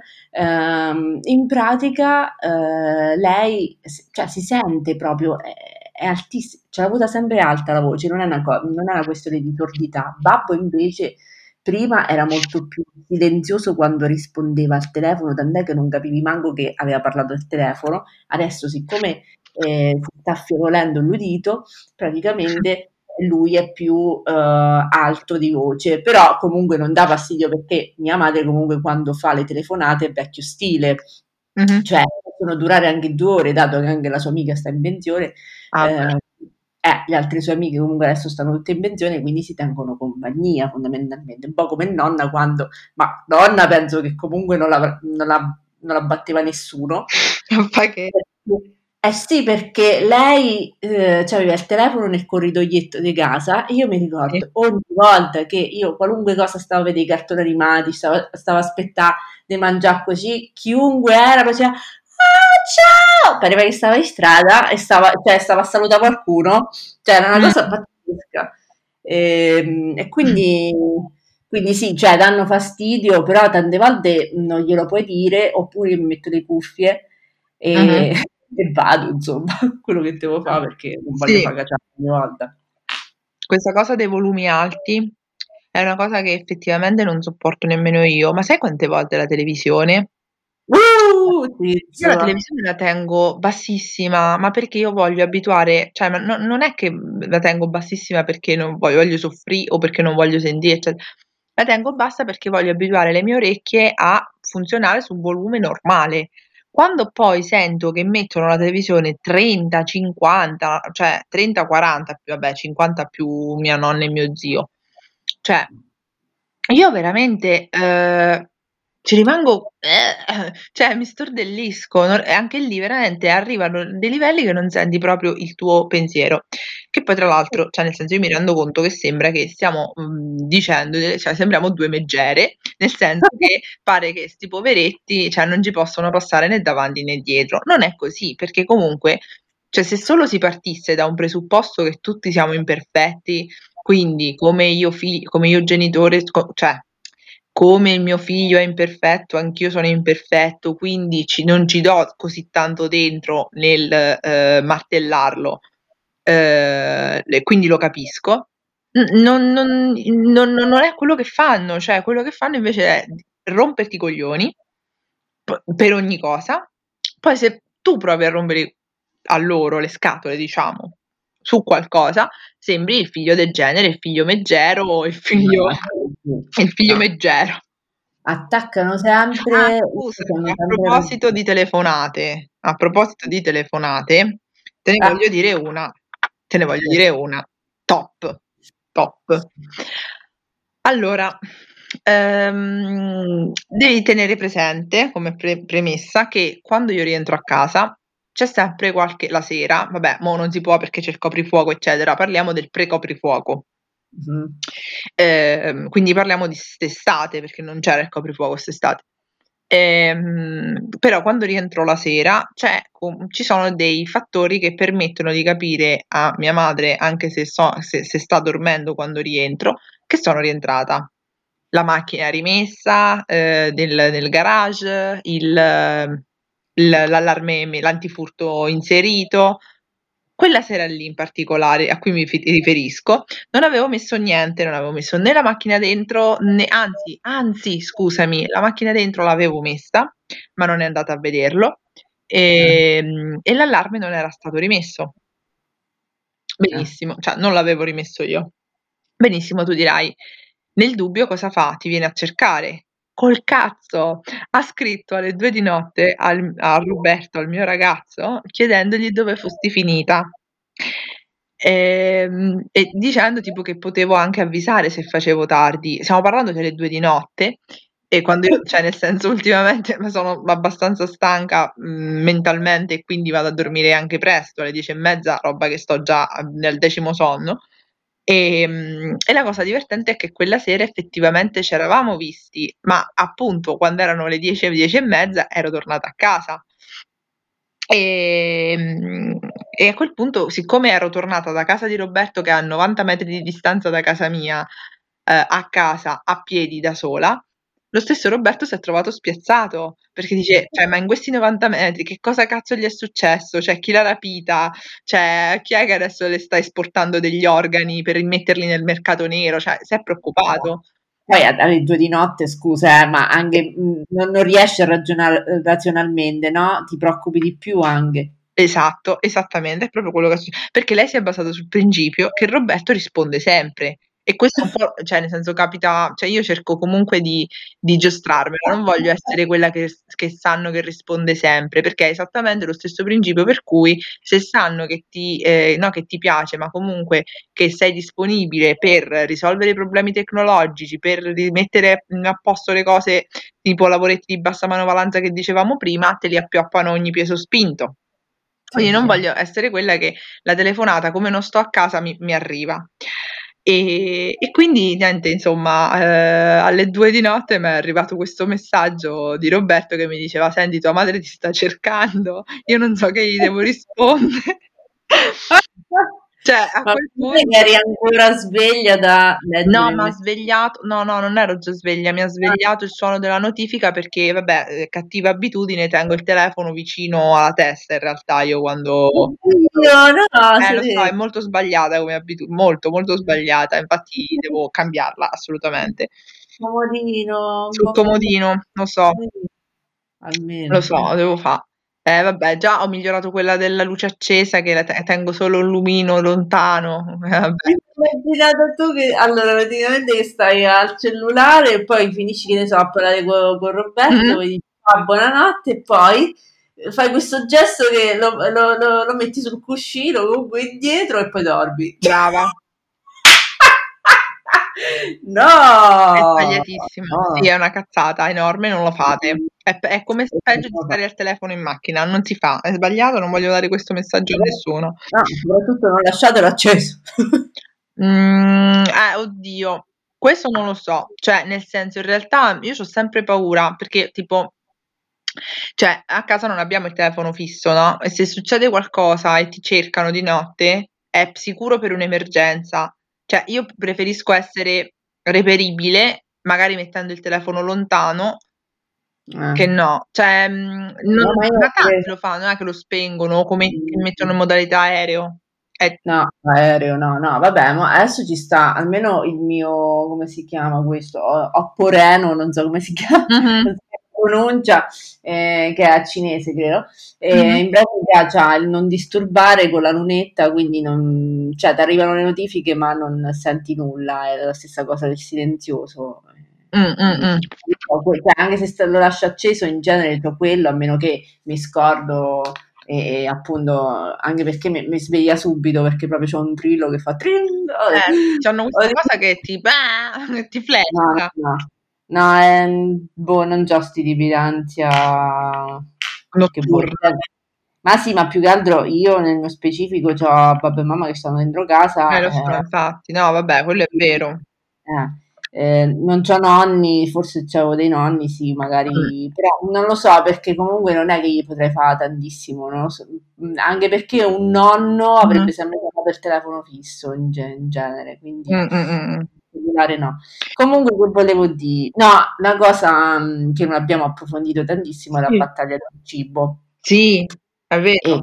In pratica, lei cioè si sente proprio, è altissima, ce l'ha avuta sempre alta la voce, non è una questione di sordità. Babbo invece prima era molto più silenzioso quando rispondeva al telefono, tant'è che non capivi manco che aveva parlato al telefono. Adesso, siccome si sta affievolendo l'udito, praticamente lui è più alto di voce, però comunque non dà fastidio perché mia madre comunque quando fa le telefonate è vecchio stile, Mhm. cioè possono durare anche 2 ore, dato che anche la sua amica sta in pensione, Ah, beh. le altre sue amiche comunque adesso stanno tutte in pensione, quindi si tengono compagnia fondamentalmente, un po' come nonna quando, ma nonna penso che comunque non la batteva nessuno. Fai che... Eh sì, perché lei c'aveva il telefono nel corridoietto di casa e io mi Sì. ricordo ogni volta che io qualunque cosa stavo a vedere i cartoni animati, stavo a aspettare di mangiare così, chiunque era faceva "Ah, ciao!" Pareva che stava in strada e stava a salutare qualcuno, cioè era una cosa Mm. pazzesca. E quindi sì, cioè danno fastidio, però tante volte non glielo puoi dire, oppure mi metto le cuffie e, Mhm. e vado, insomma, quello che devo fare perché non voglio Sì, fare cacciare ogni volta. questa cosa dei volumi alti è una cosa che effettivamente non sopporto nemmeno io. Ma sai quante volte la televisione? Sì, Io la insomma. televisione la tengo bassissima, ma perché io voglio abituare, cioè, ma non è che la tengo bassissima perché non voglio soffrire o perché non voglio sentire, eccetera. La tengo bassa perché voglio abituare le mie orecchie a funzionare su un volume normale. Quando poi sento che mettono la televisione 30, 50, cioè 30, 40, vabbè, 50 più mia nonna e mio zio, cioè io veramente, ci rimango cioè mi stordellisco, e anche lì veramente arrivano dei livelli che non senti proprio il tuo pensiero. Che poi tra l'altro, cioè nel senso io mi rendo conto che sembra che stiamo, dicendo cioè sembriamo 2 meggere, nel senso che pare che 'sti poveretti, cioè non ci possono passare né davanti né dietro. Non è così, perché comunque, cioè se solo si partisse da un presupposto che tutti siamo imperfetti, quindi come io genitore cioè, come il mio figlio è imperfetto, anch'io sono imperfetto, quindi non ci do così tanto dentro nel, martellarlo, e quindi lo capisco. Non è quello che fanno, cioè quello che fanno invece è romperti i coglioni per ogni cosa, poi se tu provi a rompere a loro le scatole, diciamo, su qualcosa, sembri il figlio del genere, il figlio meggero, il figlio No, meggero. attaccano Ah, sempre, scusami, hanno sempre ragione. a proposito di telefonate, te ne Ah, voglio dire una, te ne voglio dire una top, top. Allora, devi tenere presente come premessa che quando io rientro a casa c'è sempre la sera, vabbè, mo' non si può perché c'è il coprifuoco, eccetera, parliamo del pre-coprifuoco. mh-mh. Quindi parliamo di st'estate, perché non c'era il coprifuoco st'estate. Però quando rientro la sera ci sono dei fattori che permettono di capire a mia madre, anche se sta dormendo quando rientro, che sono rientrata. La macchina rimessa, nel garage, l'allarme l'antifurto inserito. Quella sera lì in particolare a cui mi riferisco, non avevo messo niente, non avevo messo né la macchina dentro, né anzi scusami, la macchina dentro l'avevo messa, ma non è andata a vederlo, e l'allarme non era stato rimesso. Ah. Benissimo, cioè non l'avevo rimesso io. Benissimo, tu dirai: nel dubbio cosa fa? Ti viene a cercare. Col cazzo! Ha scritto alle 2 di notte a Roberto, al mio ragazzo, chiedendogli dove fossi finita. E dicendo tipo che potevo anche avvisare se facevo tardi. Stiamo parlando delle 2 di notte E quando io cioè nel senso ultimamente sono abbastanza stanca, mentalmente e quindi vado a dormire anche presto, alle 10:30, roba che sto già nel 10° sonno. E la cosa divertente è che quella sera effettivamente c'eravamo visti, ma appunto quando erano le 10 e 10:30 ero tornata a casa. E a quel punto, siccome ero tornata da casa di Roberto che è a 90 metri di distanza da casa mia, a casa, a piedi da sola, lo stesso Roberto si è trovato spiazzato, perché dice: "Cioè, ma in questi 90 metri che cosa cazzo gli è successo? Cioè, chi l'ha rapita? Cioè, chi è che adesso le sta esportando degli organi per rimetterli nel mercato nero?" Cioè, si è preoccupato. Poi alle 2 di notte, scusa, ma anche non riesci a ragionare razionalmente, no? Ti preoccupi di più anche. Esatto, esattamente, è proprio quello che è perché lei si è basata sul principio che Roberto risponde sempre. E questo un po' cioè nel senso capita cioè io cerco comunque di giostrarmela, non voglio essere quella che sanno che risponde sempre, perché è esattamente lo stesso principio per cui se sanno che ti no che ti piace, ma comunque che sei disponibile per risolvere i problemi tecnologici, per rimettere, a posto le cose tipo lavoretti di bassa manovalanza che dicevamo prima, te li appioppano a ogni piè sospinto. Sì, Quindi non sì. voglio essere quella che la telefonata, come non sto a casa, mi arriva. E quindi niente, insomma, alle 2 di notte m'è arrivato questo messaggio di Roberto che mi diceva: "Senti, tua madre ti sta cercando." Io non so che gli devo rispondere. Cioè, a Ma quel pure che punto eri ancora sveglia da no, leggere il m'ha messaggio. svegliato no, no, non ero già sveglia, mi ha svegliato il suono della notifica perché vabbè, cattiva abitudine, tengo il telefono vicino alla testa in realtà io quando Oddio, no, lo so, è Sere molto sbagliata come molto, molto sbagliata, infatti devo cambiarla assolutamente. comodino, un Sul buon comodino, comodino, lo almeno. so, devo fa'. Vabbè, già ho migliorato quella della luce accesa che la tengo solo un lumino lontano, vabbè. Immaginate tu che allora praticamente che stai al cellulare e poi finisci, che ne so, a parlare con Roberto, Mh-mh. poi dici "Ah, buonanotte" e poi fai questo gesto che lo metti sul cuscino, comunque indietro e poi dormi. Brava. È No! sbagliatissimo. Sì, No. è una cazzata enorme, non lo fate. È come s peggio di stare al telefono in macchina, non si fa. È sbagliato, non voglio dare questo messaggio a nessuno. No, soprattutto non lasciatelo acceso. Oddio, questo non lo so. Cioè, nel senso, in realtà io c'ho sempre paura, perché tipo cioè a casa non abbiamo il telefono fisso, no, e se succede qualcosa e ti cercano di notte, è sicuro per un'emergenza. Cioè, io preferisco essere reperibile, magari mettendo il telefono lontano, Eh. che no. Cioè, non No, ma io ma tanti pure lo fanno, che lo spengono o che mettono mhmm in modalità aereo. no, aereo no, no, vabbè, ma adesso ci sta almeno il mio, come si chiama questo? Oppo Reno, non so come si chiama, Mh-mh, non so come si pronuncia, che è cinese, credo. mh-mh. In pratica c'ha il non disturbare con la lunetta, quindi non, cioè, ti arrivano le notifiche, ma non senti nulla, è la stessa cosa del silenzioso. Quindi, Mh. cioè, anche se lo lascio acceso, in genere c'ho quello, a meno che mi scordo e appunto anche perché mi sveglia subito perché proprio c'ho un trillo che fa tring. C'hanno questa cosa che ti che ti No, no, flasha. no. No, boh, non c'ho sti tipi d'ansia che vuoi. Notturna. Ma sì, ma più che altro io nel mio specifico c'ho papà e mamma che stanno dentro casa, Lo so, infatti. No, vabbè, quello è vero. non c'ho nonni, forse c'avevo dei nonni, sì, Mh, magari, però non lo so perché comunque non è che gli potrei fare tantissimo, non lo so. Anche perché un nonno mh-mh. avrebbe sempre chiamato il telefono fisso in genere, quindi Mh. cellulare no. Comunque che volevo dire? No, una cosa che non abbiamo approfondito tantissimo è la Sì. battaglia del cibo. Sì, è E, vero.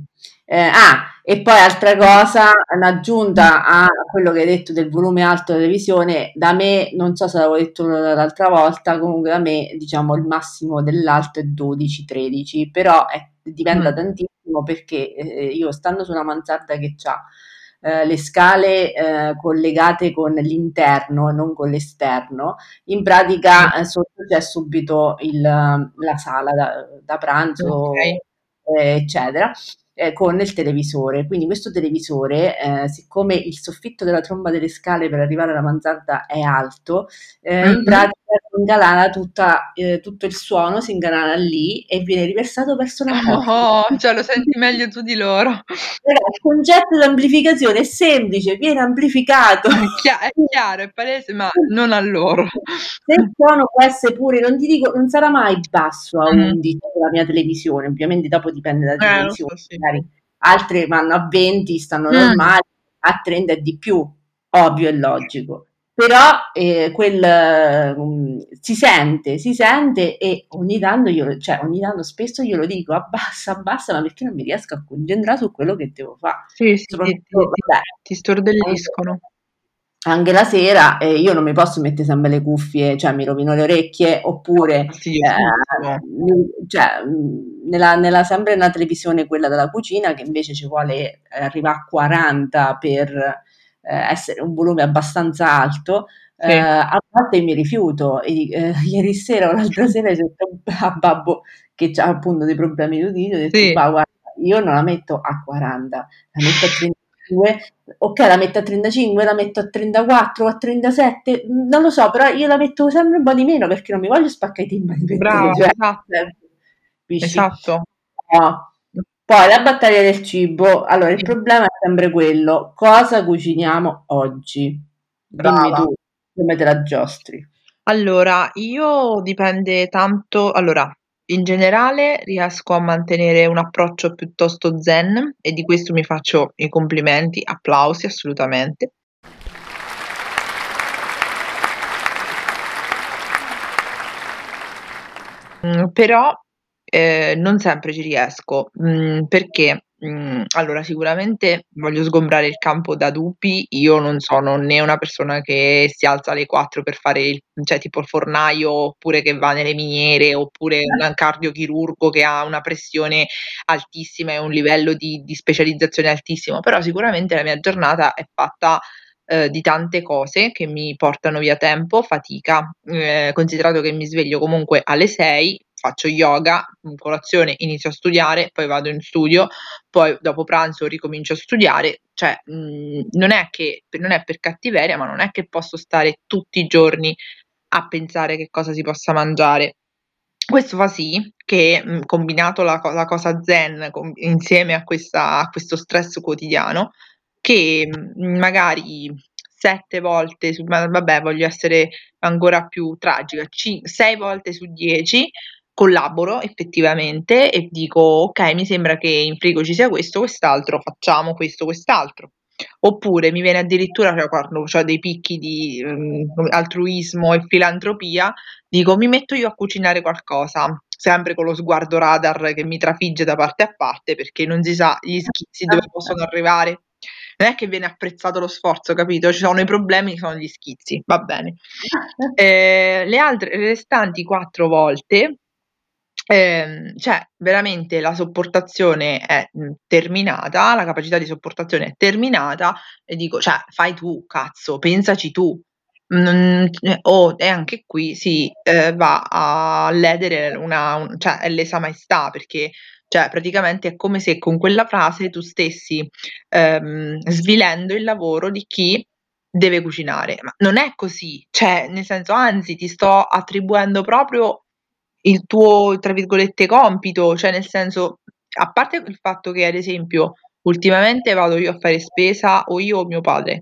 e poi altra cosa, in Mh, aggiunta a quello che hai detto del volume alto della televisione, da me, non so se l'avevo detto l'altra volta, comunque da me, diciamo, il massimo dell'alto è 12-13, però dipende mh, tantissimo perché io stando su una mansarda che ha le scale collegate con l'interno e non con l'esterno, in sì, pratica sotto c'è subito la sala da pranzo, okay. eccetera, con il televisore. Quindi questo televisore, siccome il soffitto della tromba delle scale per arrivare alla mansarda è alto, in Mh-mh. pratica ingalana tutto il suono si ingalana lì e viene riversato verso la boffa. Oh, cioè lo senti meglio tu di loro. Il concetto di amplificazione è semplice, viene amplificato. È chiaro, è palese, ma non a loro. Se il suono può essere pure, non ti dico, non sarà mai basso a Mm. 11 la mia televisione, ovviamente dopo dipende dalla Lo dimensione, so, sì. magari altre vanno a 20, stanno Mm. normali, a 30 è di più, ovvio e logico. Però si sente e ogni tanto cioè ogni tanto spesso glielo dico, abbassa, abbassa, ma perché non mi riesco a concentrare su quello che devo fare. Sì, sì, Soprattutto, vabbè, ti anche, stordelliscono. anche la sera, io non mi posso mettere sempre le cuffie, cioè mi rovino le orecchie, oppure Fastidiosissimo. cioè, sempre nella televisione quella della cucina, che invece ci vuole arrivare a 40 per essere un volume abbastanza alto, Sì, a volte mi rifiuto. Ieri sera o l'altra sera ho detto a babbo che ha appunto dei problemi d'udito, ho detto, sì. bah, guarda, io non la metto a 40, la metto a 35, ok, la metto a 35, la metto a 34 o a 37, non lo so, però io la metto sempre un po' di meno perché non mi voglio spaccare i timpani per te, Brava, cioè, esatto, capisci? esatto. No. Poi la battaglia del cibo, allora il problema è sempre quello, cosa cuciniamo oggi? Dimmi Brava. tu, come te la giostri? Allora, io dipende tanto, allora, in generale riesco a mantenere un approccio piuttosto zen e di questo mi faccio i complimenti, applausi assolutamente. Però, non sempre ci riesco, perché, allora sicuramente voglio sgombrare il campo da dubbi, io non sono né una persona che si alza alle 4 per fare cioè tipo il fornaio, oppure che va nelle miniere, oppure un cardiochirurgo che ha una pressione altissima e un livello di specializzazione altissimo, però sicuramente la mia giornata è fatta, di tante cose che mi portano via tempo, fatica. Considerato che mi sveglio comunque alle 6, faccio yoga, colazione, inizio a studiare, poi vado in studio, poi dopo pranzo ricomincio a studiare, cioè, non è per cattiveria, ma non è che posso stare tutti i giorni a pensare che cosa si possa mangiare. Questo fa sì che, combinato la cosa zen insieme a questo stress quotidiano, che, magari 7 volte su ma vabbè voglio essere ancora più tragica, 6 volte su 10 collaboro effettivamente e dico: "Okay, mi sembra che in frigo ci sia questo, quest'altro, facciamo questo, quest'altro." Oppure mi viene addirittura cioè quando c'ho dei picchi di, altruismo e filantropia, dico: "Mi metto io a cucinare qualcosa", sempre con lo sguardo radar che mi trafigge da parte a parte, perché non si sa gli schizzi dove possono arrivare. Non è che viene apprezzato lo sforzo, capito, ci sono i problemi, ci sono gli schizzi, va bene. Le restanti 4 volte, cioè veramente la sopportazione è, terminata, la capacità di sopportazione è terminata e dico: "Cioè fai tu cazzo, pensaci tu." E anche qui va a ledere cioè è lesa maestà, perché cioè praticamente è come se con quella frase tu stessi, svilendo il lavoro di chi deve cucinare, ma non è così, cioè nel senso anzi ti sto attribuendo proprio il tuo, tra virgolette, "compito", cioè nel senso, a parte il fatto che ad esempio ultimamente vado io a fare spesa o io o mio padre,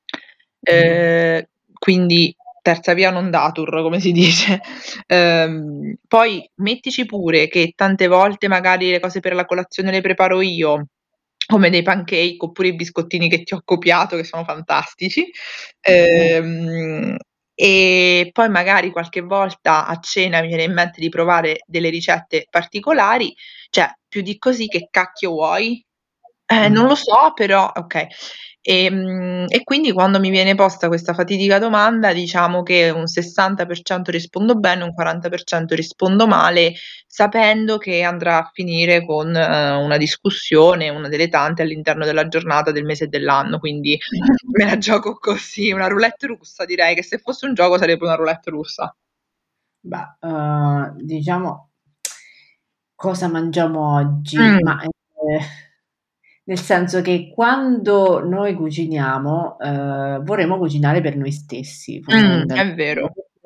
quindi terza via non datur, come si dice. Poi mettici pure che tante volte magari le cose per la colazione le preparo io, come dei pancake oppure i biscottini che ti ho copiato che sono fantastici. Ehm, e poi magari qualche volta a cena mi viene in mente di provare delle ricette particolari, cioè più di così che cacchio vuoi? Non lo so, però okay. E quindi quando mi viene posta questa fatidica domanda, diciamo che un 60% rispondo bene, un 40% rispondo male, sapendo che andrà a finire con, una discussione, una delle tante all'interno della giornata, del mese e dell'anno, quindi me la gioco così, una roulette russa direi, che se fosse un gioco sarebbe una roulette russa. Bah, diciamo cosa mangiamo oggi? Mh, Ma, nel senso che quando noi cuciniamo, vorremmo cucinare per noi stessi è fondamentalmente, vero.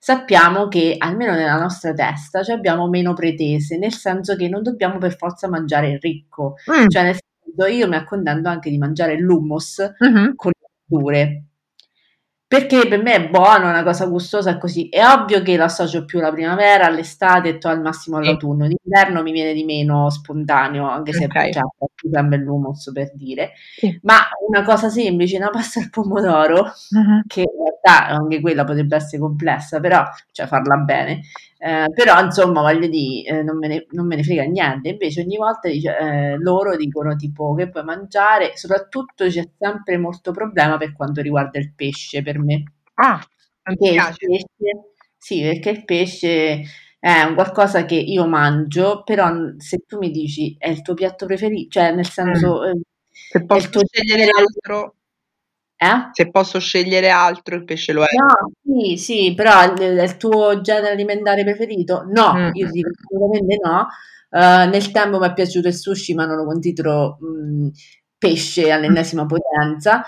sappiamo che almeno nella nostra testa ci abbiamo meno pretese, nel senso che non dobbiamo per forza mangiare il ricco, Mm, cioè nel senso io mi accontento anche di mangiare l'hummus mhm, con le verdure. Perché per me è buono, è una cosa gustosa e così. È ovvio che lo associo più alla primavera, all'estate e al massimo sì, all'autunno. D'inverno mi viene di meno spontaneo, anche se ok, cioè, è più sempre l'hummus per dire. sì, Ma una cosa semplice, una pasta al pomodoro, mhm. che in realtà anche quella potrebbe essere complessa, però cioè farla bene. Però insomma voglio dire, non me ne frega niente. Invece ogni volta loro dicono tipo che puoi mangiare, soprattutto c'è sempre molto problema per quanto riguarda il pesce per me. Ah, non ti Che il piace? pesce, sì, perché il pesce è un qualcosa che io mangio, però se tu mi dici è il tuo piatto preferito, cioè nel Mm. senso Se è posso il tuo scegliere genere, altro, eh? se posso scegliere altro, il pesce lo è. No, sì, sì, però è il tuo genere alimentare preferito? No, Mm, io mm, ti dico mm. assolutamente no. Nel tempo mi è piaciuto il sushi, ma non lo considero pesce Mm. all'ennesima potenza.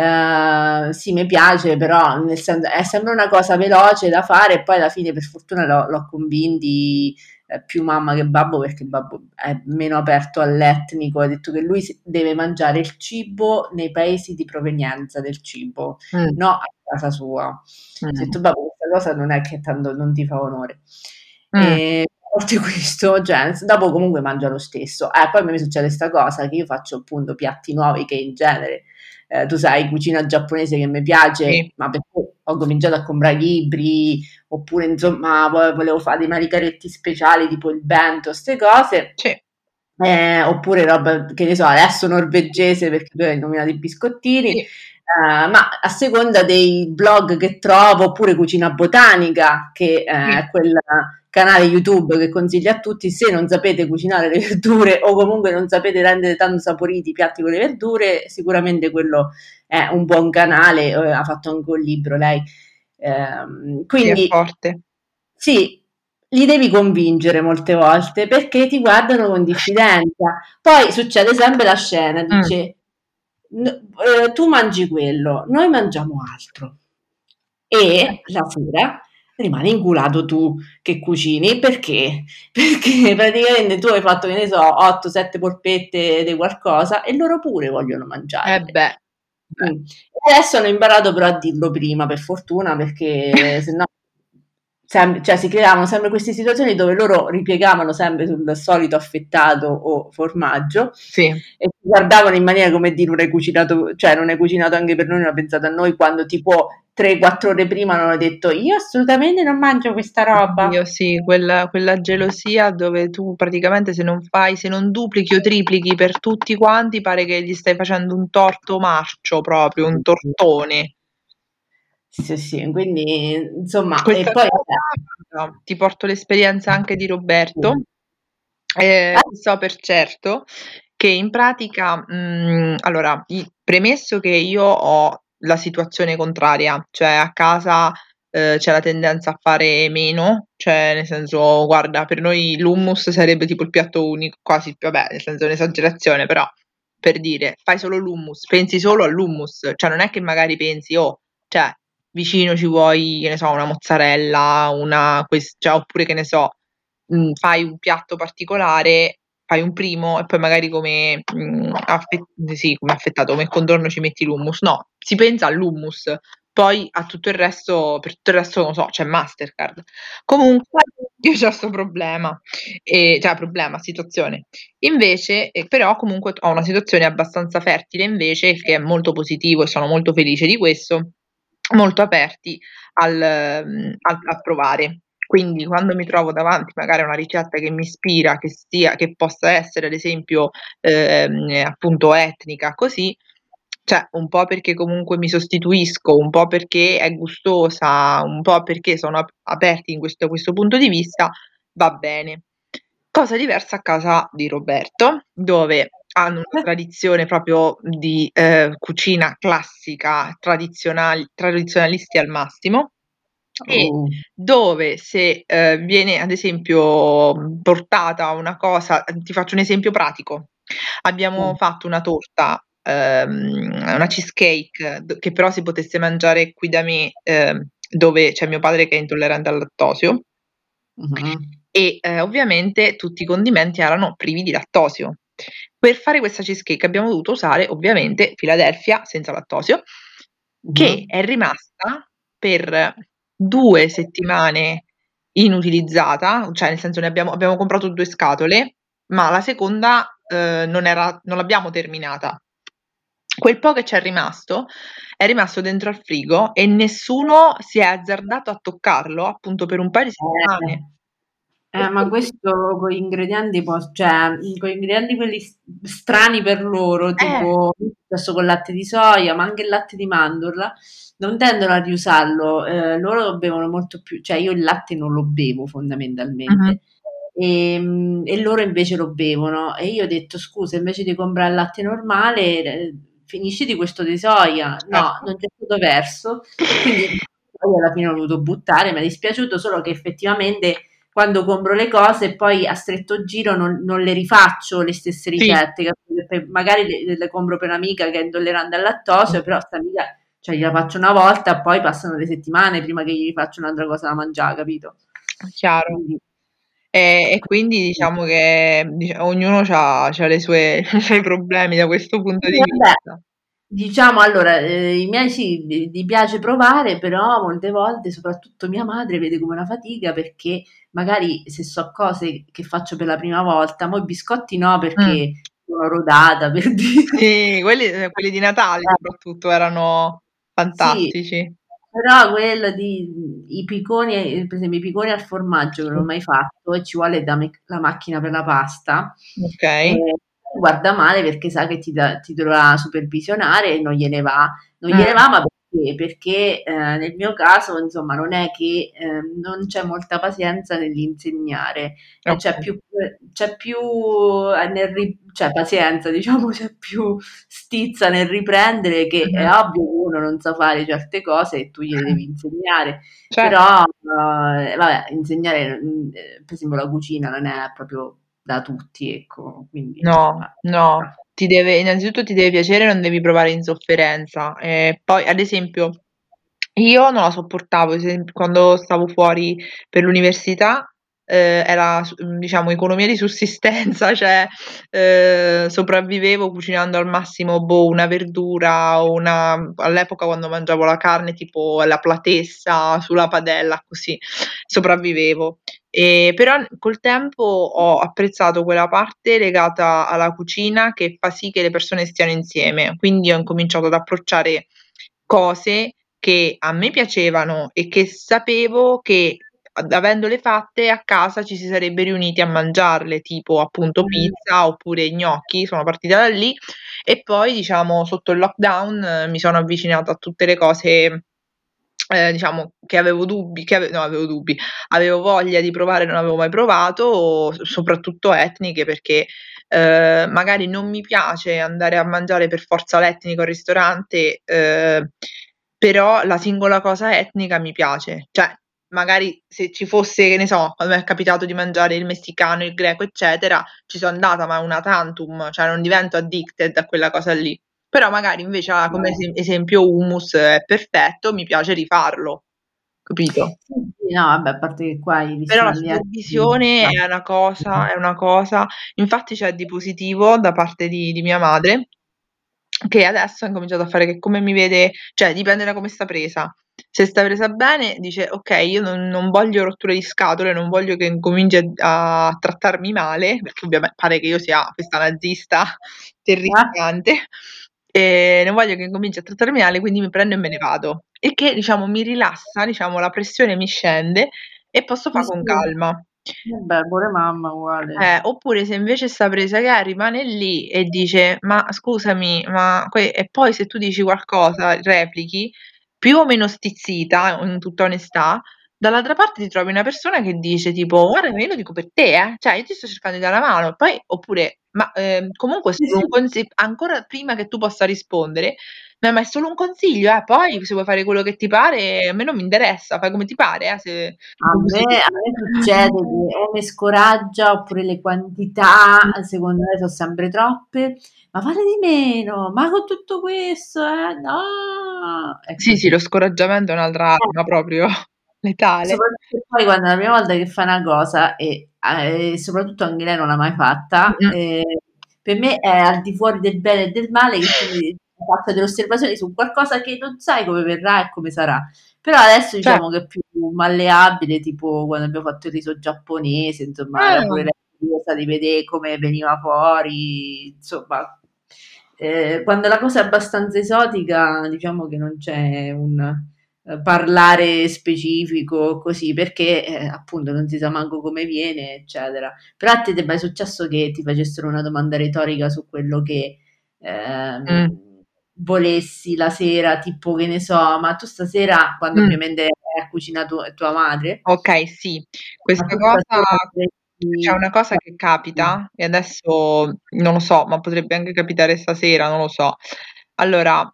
Sì, mi piace, però nel senso, è sempre una cosa veloce da fare e poi alla fine per fortuna l'ho convinti più mamma che babbo perché babbo è meno aperto all'etnico, ha detto che lui deve mangiare il cibo nei paesi di provenienza del cibo, Mm, no a casa sua. Si è mm, detto, "Vabbè, questa cosa non è che tanto non ti fa onore." mm. E a parte questo, cioè, dopo comunque mangia lo stesso. Poi mi succede questa cosa che io faccio appunto piatti nuovi che in genere, tu sai, cucina giapponese che mi piace, Sì, ma perché ho cominciato a comprare libri, oppure insomma volevo fare dei maricaretti speciali tipo il bento, queste cose. sì, Oppure roba, che ne so, adesso norvegese perché tu hai nominato i biscottini, sì, ma a seconda dei blog che trovo, oppure Cucina Botanica, che sì, è quel canale YouTube che consiglio a tutti, se non sapete cucinare le verdure o comunque non sapete rendere tanto saporiti i piatti con le verdure, sicuramente quello è un buon canale, ha fatto anche un libro lei. sì, è Quindi forte. sì, li devi convincere molte volte perché ti guardano con diffidenza. Poi succede sempre la scena, Mm. dice, tu mangi quello, noi mangiamo altro. E la sera rimani inculato tu che cucini perché? Perché praticamente tu hai fatto, che ne so, 8-7 polpette di qualcosa e loro pure vogliono mangiarle. Beh, beh, E adesso hanno imparato però a dirlo prima, per fortuna, perché se no cioè, si creavano sempre queste situazioni dove loro ripiegavano sempre sul solito affettato o formaggio sì. e ci guardavano in maniera come dire non hai cucinato, cioè non hai cucinato anche per noi, non hai pensato a noi quando tipo 3-4 ore prima hanno detto io assolutamente non mangio questa roba. Io sì, quella gelosia dove tu praticamente se non fai, se non duplichi o triplichi per tutti quanti, pare che gli stai facendo un torto marcio proprio, un tortone. Sì, sì, quindi insomma, e Questa poi cosa, guarda, ti porto l'esperienza anche di Roberto, vabbè. so per certo che in pratica, allora, premesso che io ho la situazione contraria, cioè a casa, c'è la tendenza a fare meno, cioè nel senso, guarda, per noi l'hummus sarebbe tipo il piatto unico, quasi, vabbè, nel senso è un'esagerazione, però per dire, fai solo l'hummus, pensi solo all'hummus, cioè non è che magari pensi: "Oh, cioè vicino ci vuoi, che ne so, una mozzarella, cioè oppure che ne so, fai un piatto particolare, fai un primo e poi magari come, sì, come affettato, come contorno ci metti l'hummus. No, si pensa all'hummus, poi a tutto il resto per tutto il resto non lo so, c'è Mastercard. Comunque io c'ho 'sto problema, cioè problema, situazione. Invece però comunque ho una situazione abbastanza fertile invece, il che è molto positivo e sono molto felice di questo, molto aperti a provare. Quindi quando mi trovo davanti magari a una ricetta che mi ispira, che possa essere ad esempio, appunto etnica così, cioè un po' perché comunque mi sostituisco, un po' perché è gustosa, un po' perché sono aperti in questo punto di vista, va bene. Cosa diversa a casa di Roberto, dove hanno una tradizione proprio di, cucina classica, tradizionalisti al massimo, e Oh, dove se, viene ad esempio, portata una cosa ti faccio un esempio pratico. Abbiamo fatto una torta, una cheesecake che però si potesse mangiare qui da me, dove c'è mio padre che è intollerante al lattosio Mh-mh. e, ovviamente tutti i condimenti erano privi di lattosio. Per fare questa cheesecake abbiamo dovuto usare ovviamente Philadelphia senza lattosio, Mh-mh. che è rimasta per 2 settimane inutilizzata, cioè nel senso abbiamo comprato 2 scatole, ma la seconda, non l'abbiamo terminata. Quel po' che c'è rimasto, è rimasto dentro al frigo e nessuno si è azzardato a toccarlo, appunto per un paio di settimane. Ma questo con gli ingredienti cioè, con gli ingredienti quelli strani per loro, Eh, tipo successo col latte di soia, ma anche il latte di mandorla, non tendono a riusarlo. Loro bevono molto più, cioè io il latte non lo bevo mh-mh, fondamentalmente. E loro invece lo bevono. E io ho detto: scusa, invece di comprare il latte normale, finisci di questo di soia. No, certo. non c'è stato verso. E quindi poi alla fine l'ho dovuto buttare. Mi è dispiaciuto solo che effettivamente quando compro le cose poi a stretto giro non le rifaccio le stesse Sì, ricette, capito? Magari le compro per un'amica che è intollerante al lattosio, però sta amica, cioè gliela faccio una volta, poi passano le settimane prima che gli faccio un'altra cosa da mangiare, capito? chiaro. Quindi, E quindi diciamo che ognuno c'ha le sue i suoi problemi da questo punto sì, di vabbè, vista. diciamo allora, i miei sì, gli piace provare, però molte volte, soprattutto mia madre, vede come una fatica perché magari se so cose che faccio per la prima volta, mo' i biscotti no Mh. perché sono rodata per dire. Sì, quelli di Natale soprattutto erano Sì, fantastici. però quello i picconi, per esempio i picconi al formaggio che non ho Sì, mai fatto e ci vuole la macchina per la pasta, okay. guarda male perché sa che ti dovrà supervisionare e non gliene Mh, va, ma perché? Perché nel mio caso, insomma, non è che non c'è molta pazienza nell'insegnare, okay. c'è più cioè, pazienza, diciamo, c'è più stizza nel riprendere che è Mh-mh. ovvio che uno non sa fare certe cose e tu gliele devi insegnare, Certo. però vabbè, insegnare, per esempio la cucina non è proprio da tutti, ecco, quindi No, insomma. no, innanzitutto ti deve piacere, non devi provare insofferenza. E poi, ad esempio, io non la sopportavo, quando stavo fuori per l'università, era diciamo economia di sussistenza, cioè, sopravvivevo cucinando al massimo, boh, una verdura o all'epoca quando mangiavo la carne tipo la platessa sulla padella, così, sopravvivevo. Però col tempo ho apprezzato quella parte legata alla cucina che fa sì che le persone stiano insieme. Quindi ho incominciato ad approcciare cose che a me piacevano e che sapevo che avendole fatte a casa ci si sarebbe riuniti a mangiarle, tipo appunto Mh. pizza oppure gnocchi, sono partita da lì e poi diciamo sotto il lockdown mi sono avvicinata a tutte le cose, diciamo che avevo dubbi che no avevo dubbi, avevo voglia di provare, non avevo mai provato, soprattutto etniche perché, magari non mi piace andare a mangiare per forza l'etnico al ristorante, però la singola cosa etnica mi piace. Cioè, magari se ci fosse, che ne so, a me è capitato di mangiare il messicano, il greco, eccetera, ci so andata, ma una tantum, cioè non divento addicted a quella cosa lì. Però magari invece come esempio hummus è perfetto, mi piace rifarlo, capito? Sì, sì, no vabbè, a parte che qua i Però la ristoranti supervisione è una cosa infatti c'è di positivo da parte di mia madre, che adesso ha incominciato a fare che come mi vede cioè dipende da come sta presa. Se sta presa bene dice: "Okay, io non voglio rotture di scatole, non voglio che incominci a trattarmi male", perché pare che io sia questa nazista terrificante, non voglio che incominci a trattarmi male, quindi mi prendo e me ne vado. Il che diciamo mi rilassa, diciamo la pressione mi scende e posso sì, fa' con sì. calma. Vabbè, pure mamma uguale. Oppure se invece sta presa che è rimane lì e dice: "Ma scusami, ma e poi se tu dici qualcosa, replichi, più o meno stizzita, in tutta onestà, dall'altra parte ti trovi una persona che dice tipo: "Guarda che io lo dico per te, cioè io ti sto cercando di dare una mano", poi oppure: "Ma, comunque è Sì, solo sì. un ancora prima che tu possa rispondere: "Ma è solo un consiglio, poi se vuoi fare quello che ti pare a me non mi interessa, fai come ti pare, se A me succede che o mi scoraggia oppure le quantità secondo me sono sempre troppe. Ma fate di meno, ma con tutto questo, no, è Sì, sì, così. lo scoraggiamento è un'altra arma proprio letale. Soprattutto poi quando è la prima volta che fai una cosa e soprattutto anche lei non l'ha mai fatta, Mh-mh. per me è al di fuori del bene e del male che tu mi faccia delle osservazioni su qualcosa che non sai come verrà e come sarà. Però adesso diciamo che è più malleabile, tipo quando abbiamo fatto il riso giapponese, insomma, era pure Ah, lei curiosa di vedere come veniva fuori, insomma. Quando la cosa è abbastanza esotica, diciamo che non c'è un parlare specifico così, perché appunto non si sa manco come viene, eccetera. Però a te ti è mai successo che ti facessero una domanda retorica su quello che mh, volessi la sera, tipo che ne so, ma tu stasera, quando mh. ovviamente hai cucinato tua madre, Okay, sì. ma Questa tu cosa stasera c'è vorresti una cosa che capita e adesso non lo so, ma potrebbe anche capitare stasera, non lo so. Allora,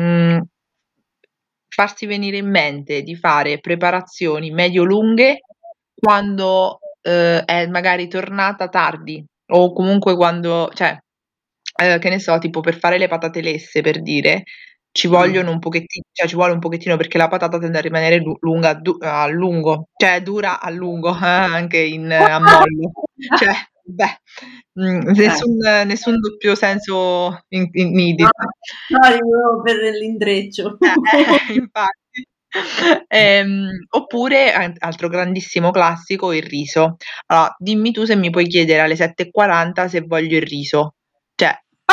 farsi venire in mente di fare preparazioni medio-lunghe quando, è magari tornata tardi o comunque quando cioè, che ne so, tipo per fare le patate lesse, per dire, ci ah. vogliono un cioè ci vuole un pochettino perché la patata tende a rimanere lunga a lungo, cioè dura a lungo, anche in a mollo. Cioè, beh, Eh. nessun doppio senso in No, idem. no, dico per l'intreccio. Infatti. Oppure altro grandissimo classico, il riso. Allora, dimmi tu se mi puoi chiedere alle 7:40 se voglio il riso. Cioè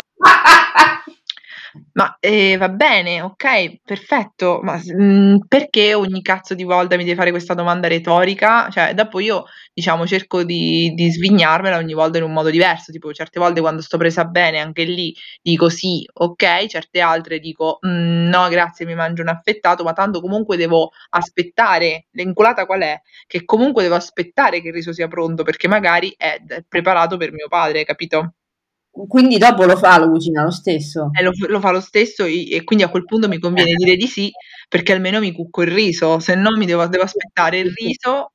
ma, va bene, okay, perfetto, ma perché ogni cazzo di volta mi devi fare questa domanda retorica? Cioè, dopo io, diciamo, cerco di svignarmela ogni volta in un modo diverso, tipo certe volte quando sto presa bene anche lì dico: "Sì, okay", certe altre dico: no grazie, mi mangio un affettato", ma tanto comunque devo aspettare. L'inculata qual è? Che comunque devo aspettare che il riso sia pronto, perché magari è preparato per mio padre, capito? Quindi dopo lo cucina lo stesso? Lo fa lo stesso e quindi a quel punto mi conviene dire di sì, perché almeno mi cucco il riso, se no mi devo aspettare il riso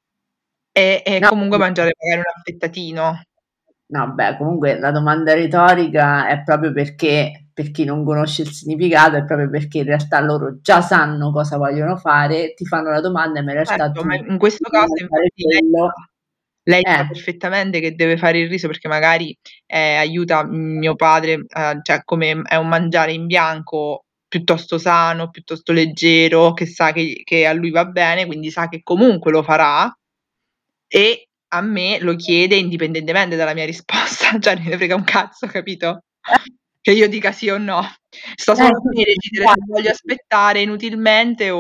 e No, comunque mangiare magari un affettatino. no, beh, comunque la domanda retorica è proprio perché, per chi non conosce il significato, è proprio perché in realtà loro già sanno cosa vogliono fare, ti fanno la domanda, ma in realtà Certo, ma tu in questo devi caso fare infatti quello. lei sa Eh, perfettamente che deve fare il riso perché magari, aiuta mio padre, cioè come è un mangiare in bianco piuttosto sano, piuttosto leggero, che sa che a lui va bene, quindi sa che comunque lo farà. E a me lo chiede indipendentemente dalla mia risposta, cioè non gliene frega un cazzo, capito? Che io dica sì o no. Sta solo a me decidere se voglio aspettare inutilmente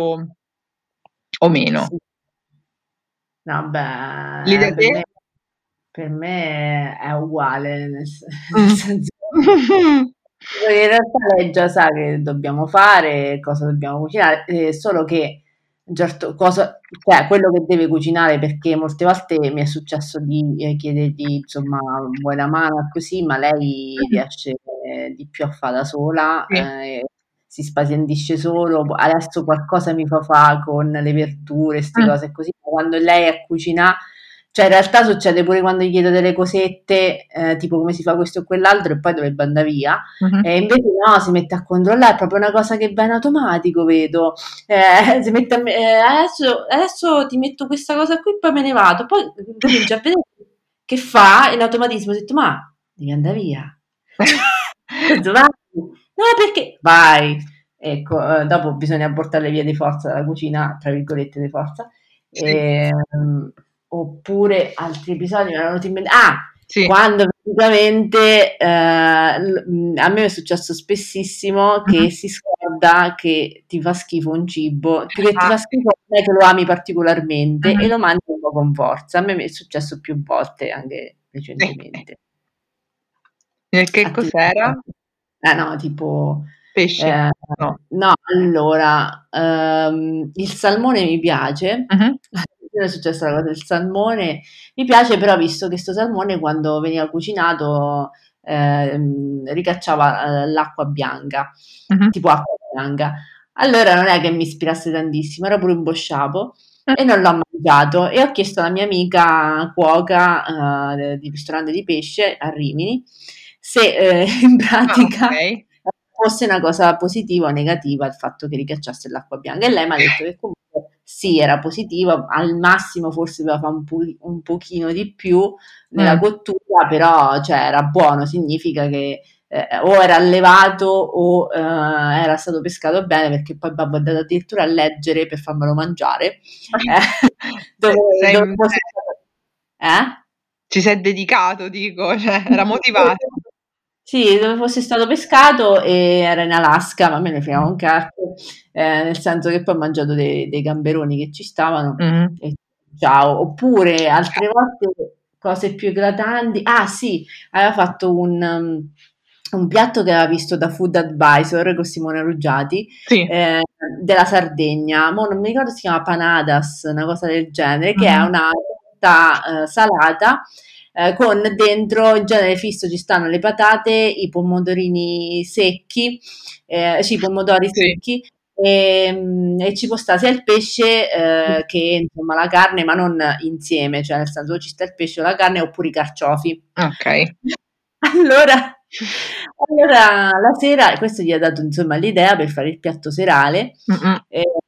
o meno. sì. No, Lì da beh, te? per me è uguale, nel Mh. senso in realtà lei già sa che dobbiamo fare, cosa dobbiamo cucinare, solo che cioè quello che deve cucinare, perché molte volte mi è successo di chiedergli, insomma, vuoi la mano e così, ma lei Mh-mh. riesce di più a fa da sola, Sì. si spazientisce solo. Adesso qualcosa mi fa con le verdure, 'ste Mh. cose così, ma quando lei è a cucinà cioè in realtà succede pure quando gli chiedo delle cosette, tipo come si fa questo o quell'altro e poi dovrebbe andà via. Mh-mh. E invece no, si mette a controllare, è proprio una cosa che va in automatico, vedo. Si mette adesso ti metto questa cosa qui, poi me ne vado. Poi comincia a vedere che fa in automatismo. Ho detto, ma devi andare via. Ho detto, vai. No, perché? Vai. Ecco, dopo bisogna portarle via di forza dalla cucina, tra virgolette di forza. Sì, Oppure altri episodi mi erano venuti in mente. Ah, sì. quando praticamente a me è successo spessissimo Mh-mh. che si scorda che ti fa schifo un cibo, che ti Ah, fa schifo non è che lo ami particolarmente e mh-mh. lo mangi un po' con forza. A me mi è successo più volte, anche Sì. recentemente. E che A te? cos'era? No, tipo. Pesci? No. No, allora, il salmone mi piace. Mhm. È successa la cosa del salmone, mi piace, però visto che sto salmone quando veniva cucinato ricacciava l'acqua bianca, Mhm. tipo acqua bianca. Allora non è che mi ispirasse tantissimo, era pure un bosciapo e non l'ho mangiato e ho chiesto alla mia amica cuoca di ristorante di pesce a Rimini se in Ah, pratica ok. fosse una cosa positiva o negativa il fatto che ricacciasse l'acqua bianca e lei mi ha detto che comunque sì, era positiva, al massimo forse doveva fare un pochino di più nella Mm. cottura, però cioè, era buono, significa che o era allevato o era stato pescato bene perché poi babbo è andato addirittura a leggere per farmelo mangiare dove, dove fosse stato, eh? Ci sei dedicato, dico, cioè, era motivato. Sì, dove fosse stato pescato e era in Alaska, ma a me ne frega un cazzo, nel senso che poi ho mangiato dei gamberoni che ci stavano Mhm. e ciao. Oppure altre volte cose più eclatanti. Ah sì, aveva fatto un piatto che aveva visto da Food Advisor con Simone Ruggiati Sì. eh, della Sardegna. Mo non mi ricordo se si chiama Panadas, una cosa del genere, che è Mhm. una torta salata con dentro in genere fisso ci stanno le patate, i pomodorini secchi, sì, i pomodori Sì. secchi e ci può stare sia il pesce che insomma la carne, ma non insieme, cioè nel senso ci sta il pesce o la carne oppure i carciofi. Ok. Allora, allora la sera, questo gli ha dato insomma l'idea per fare il piatto serale, Mm-mm.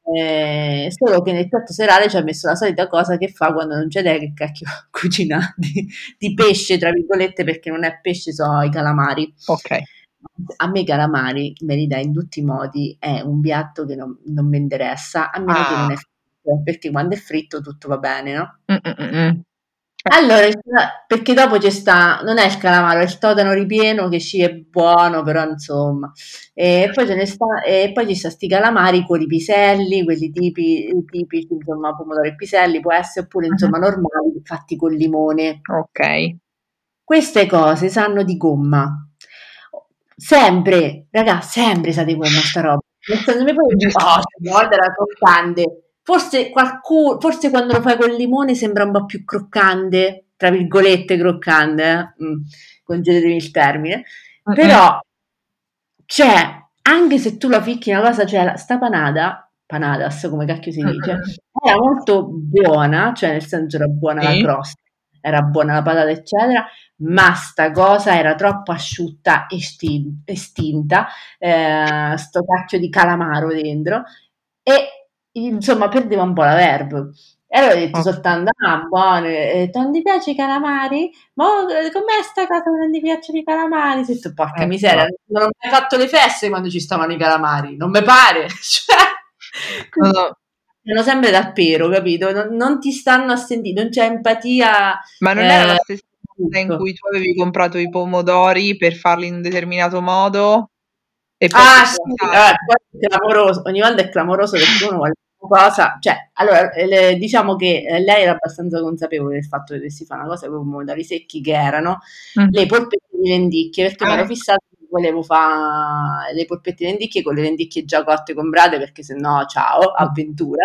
solo che nel piatto serale ci ha messo la solita cosa che fa quando non c'è idea che cacchio cucina di pesce, tra virgolette, perché non è pesce, sono i calamari. Ok. A me i calamari, me li dai in tutti i modi, è un piatto che non mi interessa, a meno che non è Ah. fritto, perché quando è fritto tutto va bene, no? Mm-mm-mm. Allora, perché dopo c'è sta, non è il calamaro, è il totano ripieno che sì è buono, però insomma. E poi ce ne sta, e poi ci sta sti calamari con i piselli, quelli tipici, insomma, pomodoro e piselli, può essere oppure Mhm. insomma normali, fatti col limone. Ok. Queste cose sanno di gomma. Sempre, raga, sempre sa di gomma sta roba. Nel senso che poi, Giusto. oh, certe volte era croccante. Forse qualcuno, forse quando lo fai col limone sembra un po' più croccante, tra virgolette croccante, concedetemi il termine. Mm-mm. Però, cioè, anche se tu la ficchi una cosa, cioè sta panada, panadas, come cacchio si dice, Mm-mm. era molto buona, cioè nel senso era buona la Sì. crosta, era buona la patata, eccetera, ma sta cosa era troppo asciutta e estinta, sto cacchio di calamaro dentro, e insomma perdeva un po' la verve. E allora ho detto Ok. soltanto, ah, buono, non ti piace i calamari? Ma com'è sta cosa che non ti piacciono i calamari? Ho detto, porca miseria, Ecco. non ho mai fatto le feste quando ci stavano i calamari, non mi pare. Cioè, No, no. sono sempre dal pero, capito? Non ti stanno a sentire, non c'è empatia. Ma non era la eh, stessa volta in tutto. cui tu avevi comprato i pomodori per farli in un determinato modo e poi ti Ah è sì, casata? poi è clamoroso, ogni volta è clamoroso perché uno vuole una cosa, cioè, allora, diciamo che lei era abbastanza consapevole del fatto che si fa una cosa con i pomodori secchi che erano Mm. le polpette di lenticchie, perché mi ero Ecco. fissata che volevo fare le polpette di lenticchie con le lenticchie già cotte e comprate, perché sennò, ciao, avventura.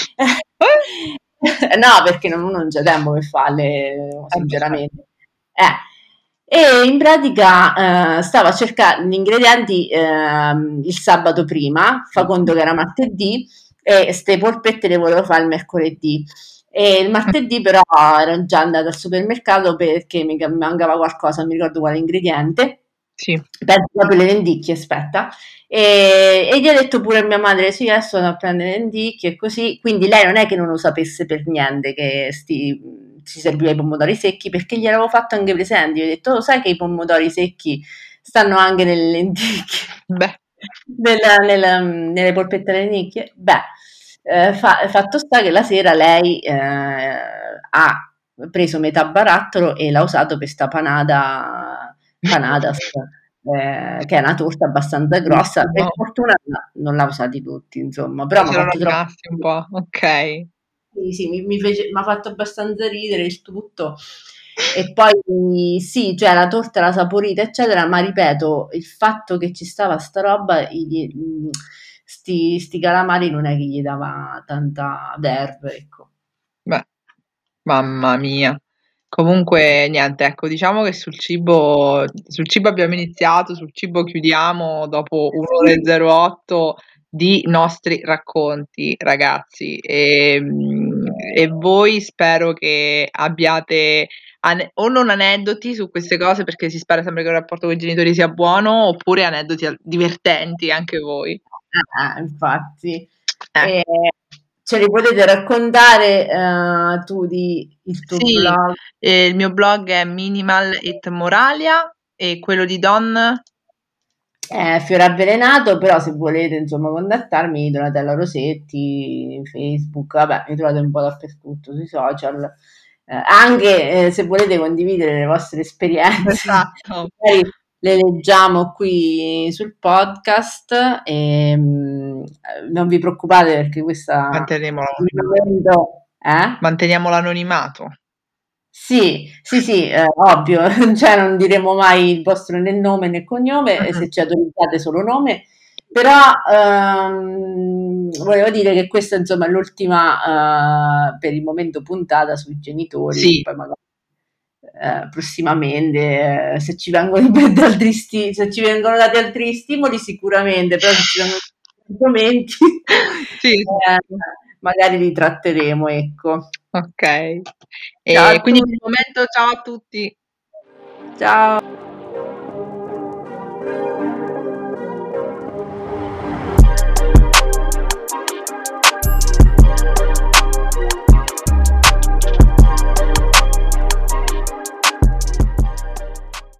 No, perché uno non c'è tempo per farle, Beh, certo. sinceramente. E in pratica stavo a cercare gli ingredienti il sabato prima, fa conto che era martedì, e ste polpette le volevo fare il mercoledì. E il Mm. martedì però ero già andata al supermercato perché mi mancava qualcosa, non mi ricordo quale ingrediente. Sì. Penso proprio le lenticchie, aspetta. E gli ho detto pure a mia madre, sì, adesso vado a prendere le lenticchie e così. Quindi lei non è che non lo sapesse per niente che si serviva i pomodori secchi, perché gli avevo fatto anche presenti. Gli ho detto, "Oh, sai che i pomodori secchi stanno anche nelle lenticchie, Beh. nelle polpette alle lenticchie?" Beh, fatto sta che la sera lei ha preso metà barattolo e l'ha usato per sta panadas, che è una torta abbastanza grossa. Per Bellissimo. fortuna non l'ha usati tutti, insomma, però Poi mi ha c'erano fatto troppo rimasti un po'. Ok. sì, sì, mi ha fatto abbastanza ridere il tutto. E poi sì, cioè la torta, la saporita, eccetera, ma ripeto, il fatto che ci stava sta roba, sti calamari non è che gli dava tanta verve, ecco. Beh, mamma mia. Comunque niente, ecco, diciamo che sul cibo abbiamo iniziato, sul cibo chiudiamo dopo 1 ora e Sì. 08 di nostri racconti, ragazzi. E voi spero che abbiate o non aneddoti su queste cose, perché si spera sempre che il rapporto coi genitori sia buono, oppure aneddoti divertenti anche voi. Infatti. Eh. E ce li potete raccontare tu di il tuo Sì, blog? il mio blog è Minimal It Moralia e quello di Don Fiore Avvelenato, però se volete insomma contattarmi, Donatella Rosetti, Facebook, vabbè, mi trovate un po' dappertutto sui social, anche se volete condividere le vostre esperienze, esatto, magari le leggiamo qui sul podcast e non vi preoccupate perché questa manteniamo il momento, manteniamo l'anonimato. sì, sì, sì, ovvio, cioè non diremo mai il vostro né nome né cognome, e Mh-mh. se ci autorizzate solo nome, però volevo dire che questa insomma è l'ultima per il momento puntata sui genitori, Sì, poi magari prossimamente se ci vengono dati altri se ci vengono dati altri stimoli sicuramente, però se ci vengono dati argomenti sì, magari li tratteremo, ecco. okay. Ciao E a quindi per il tutti. momento ciao a tutti. Ciao.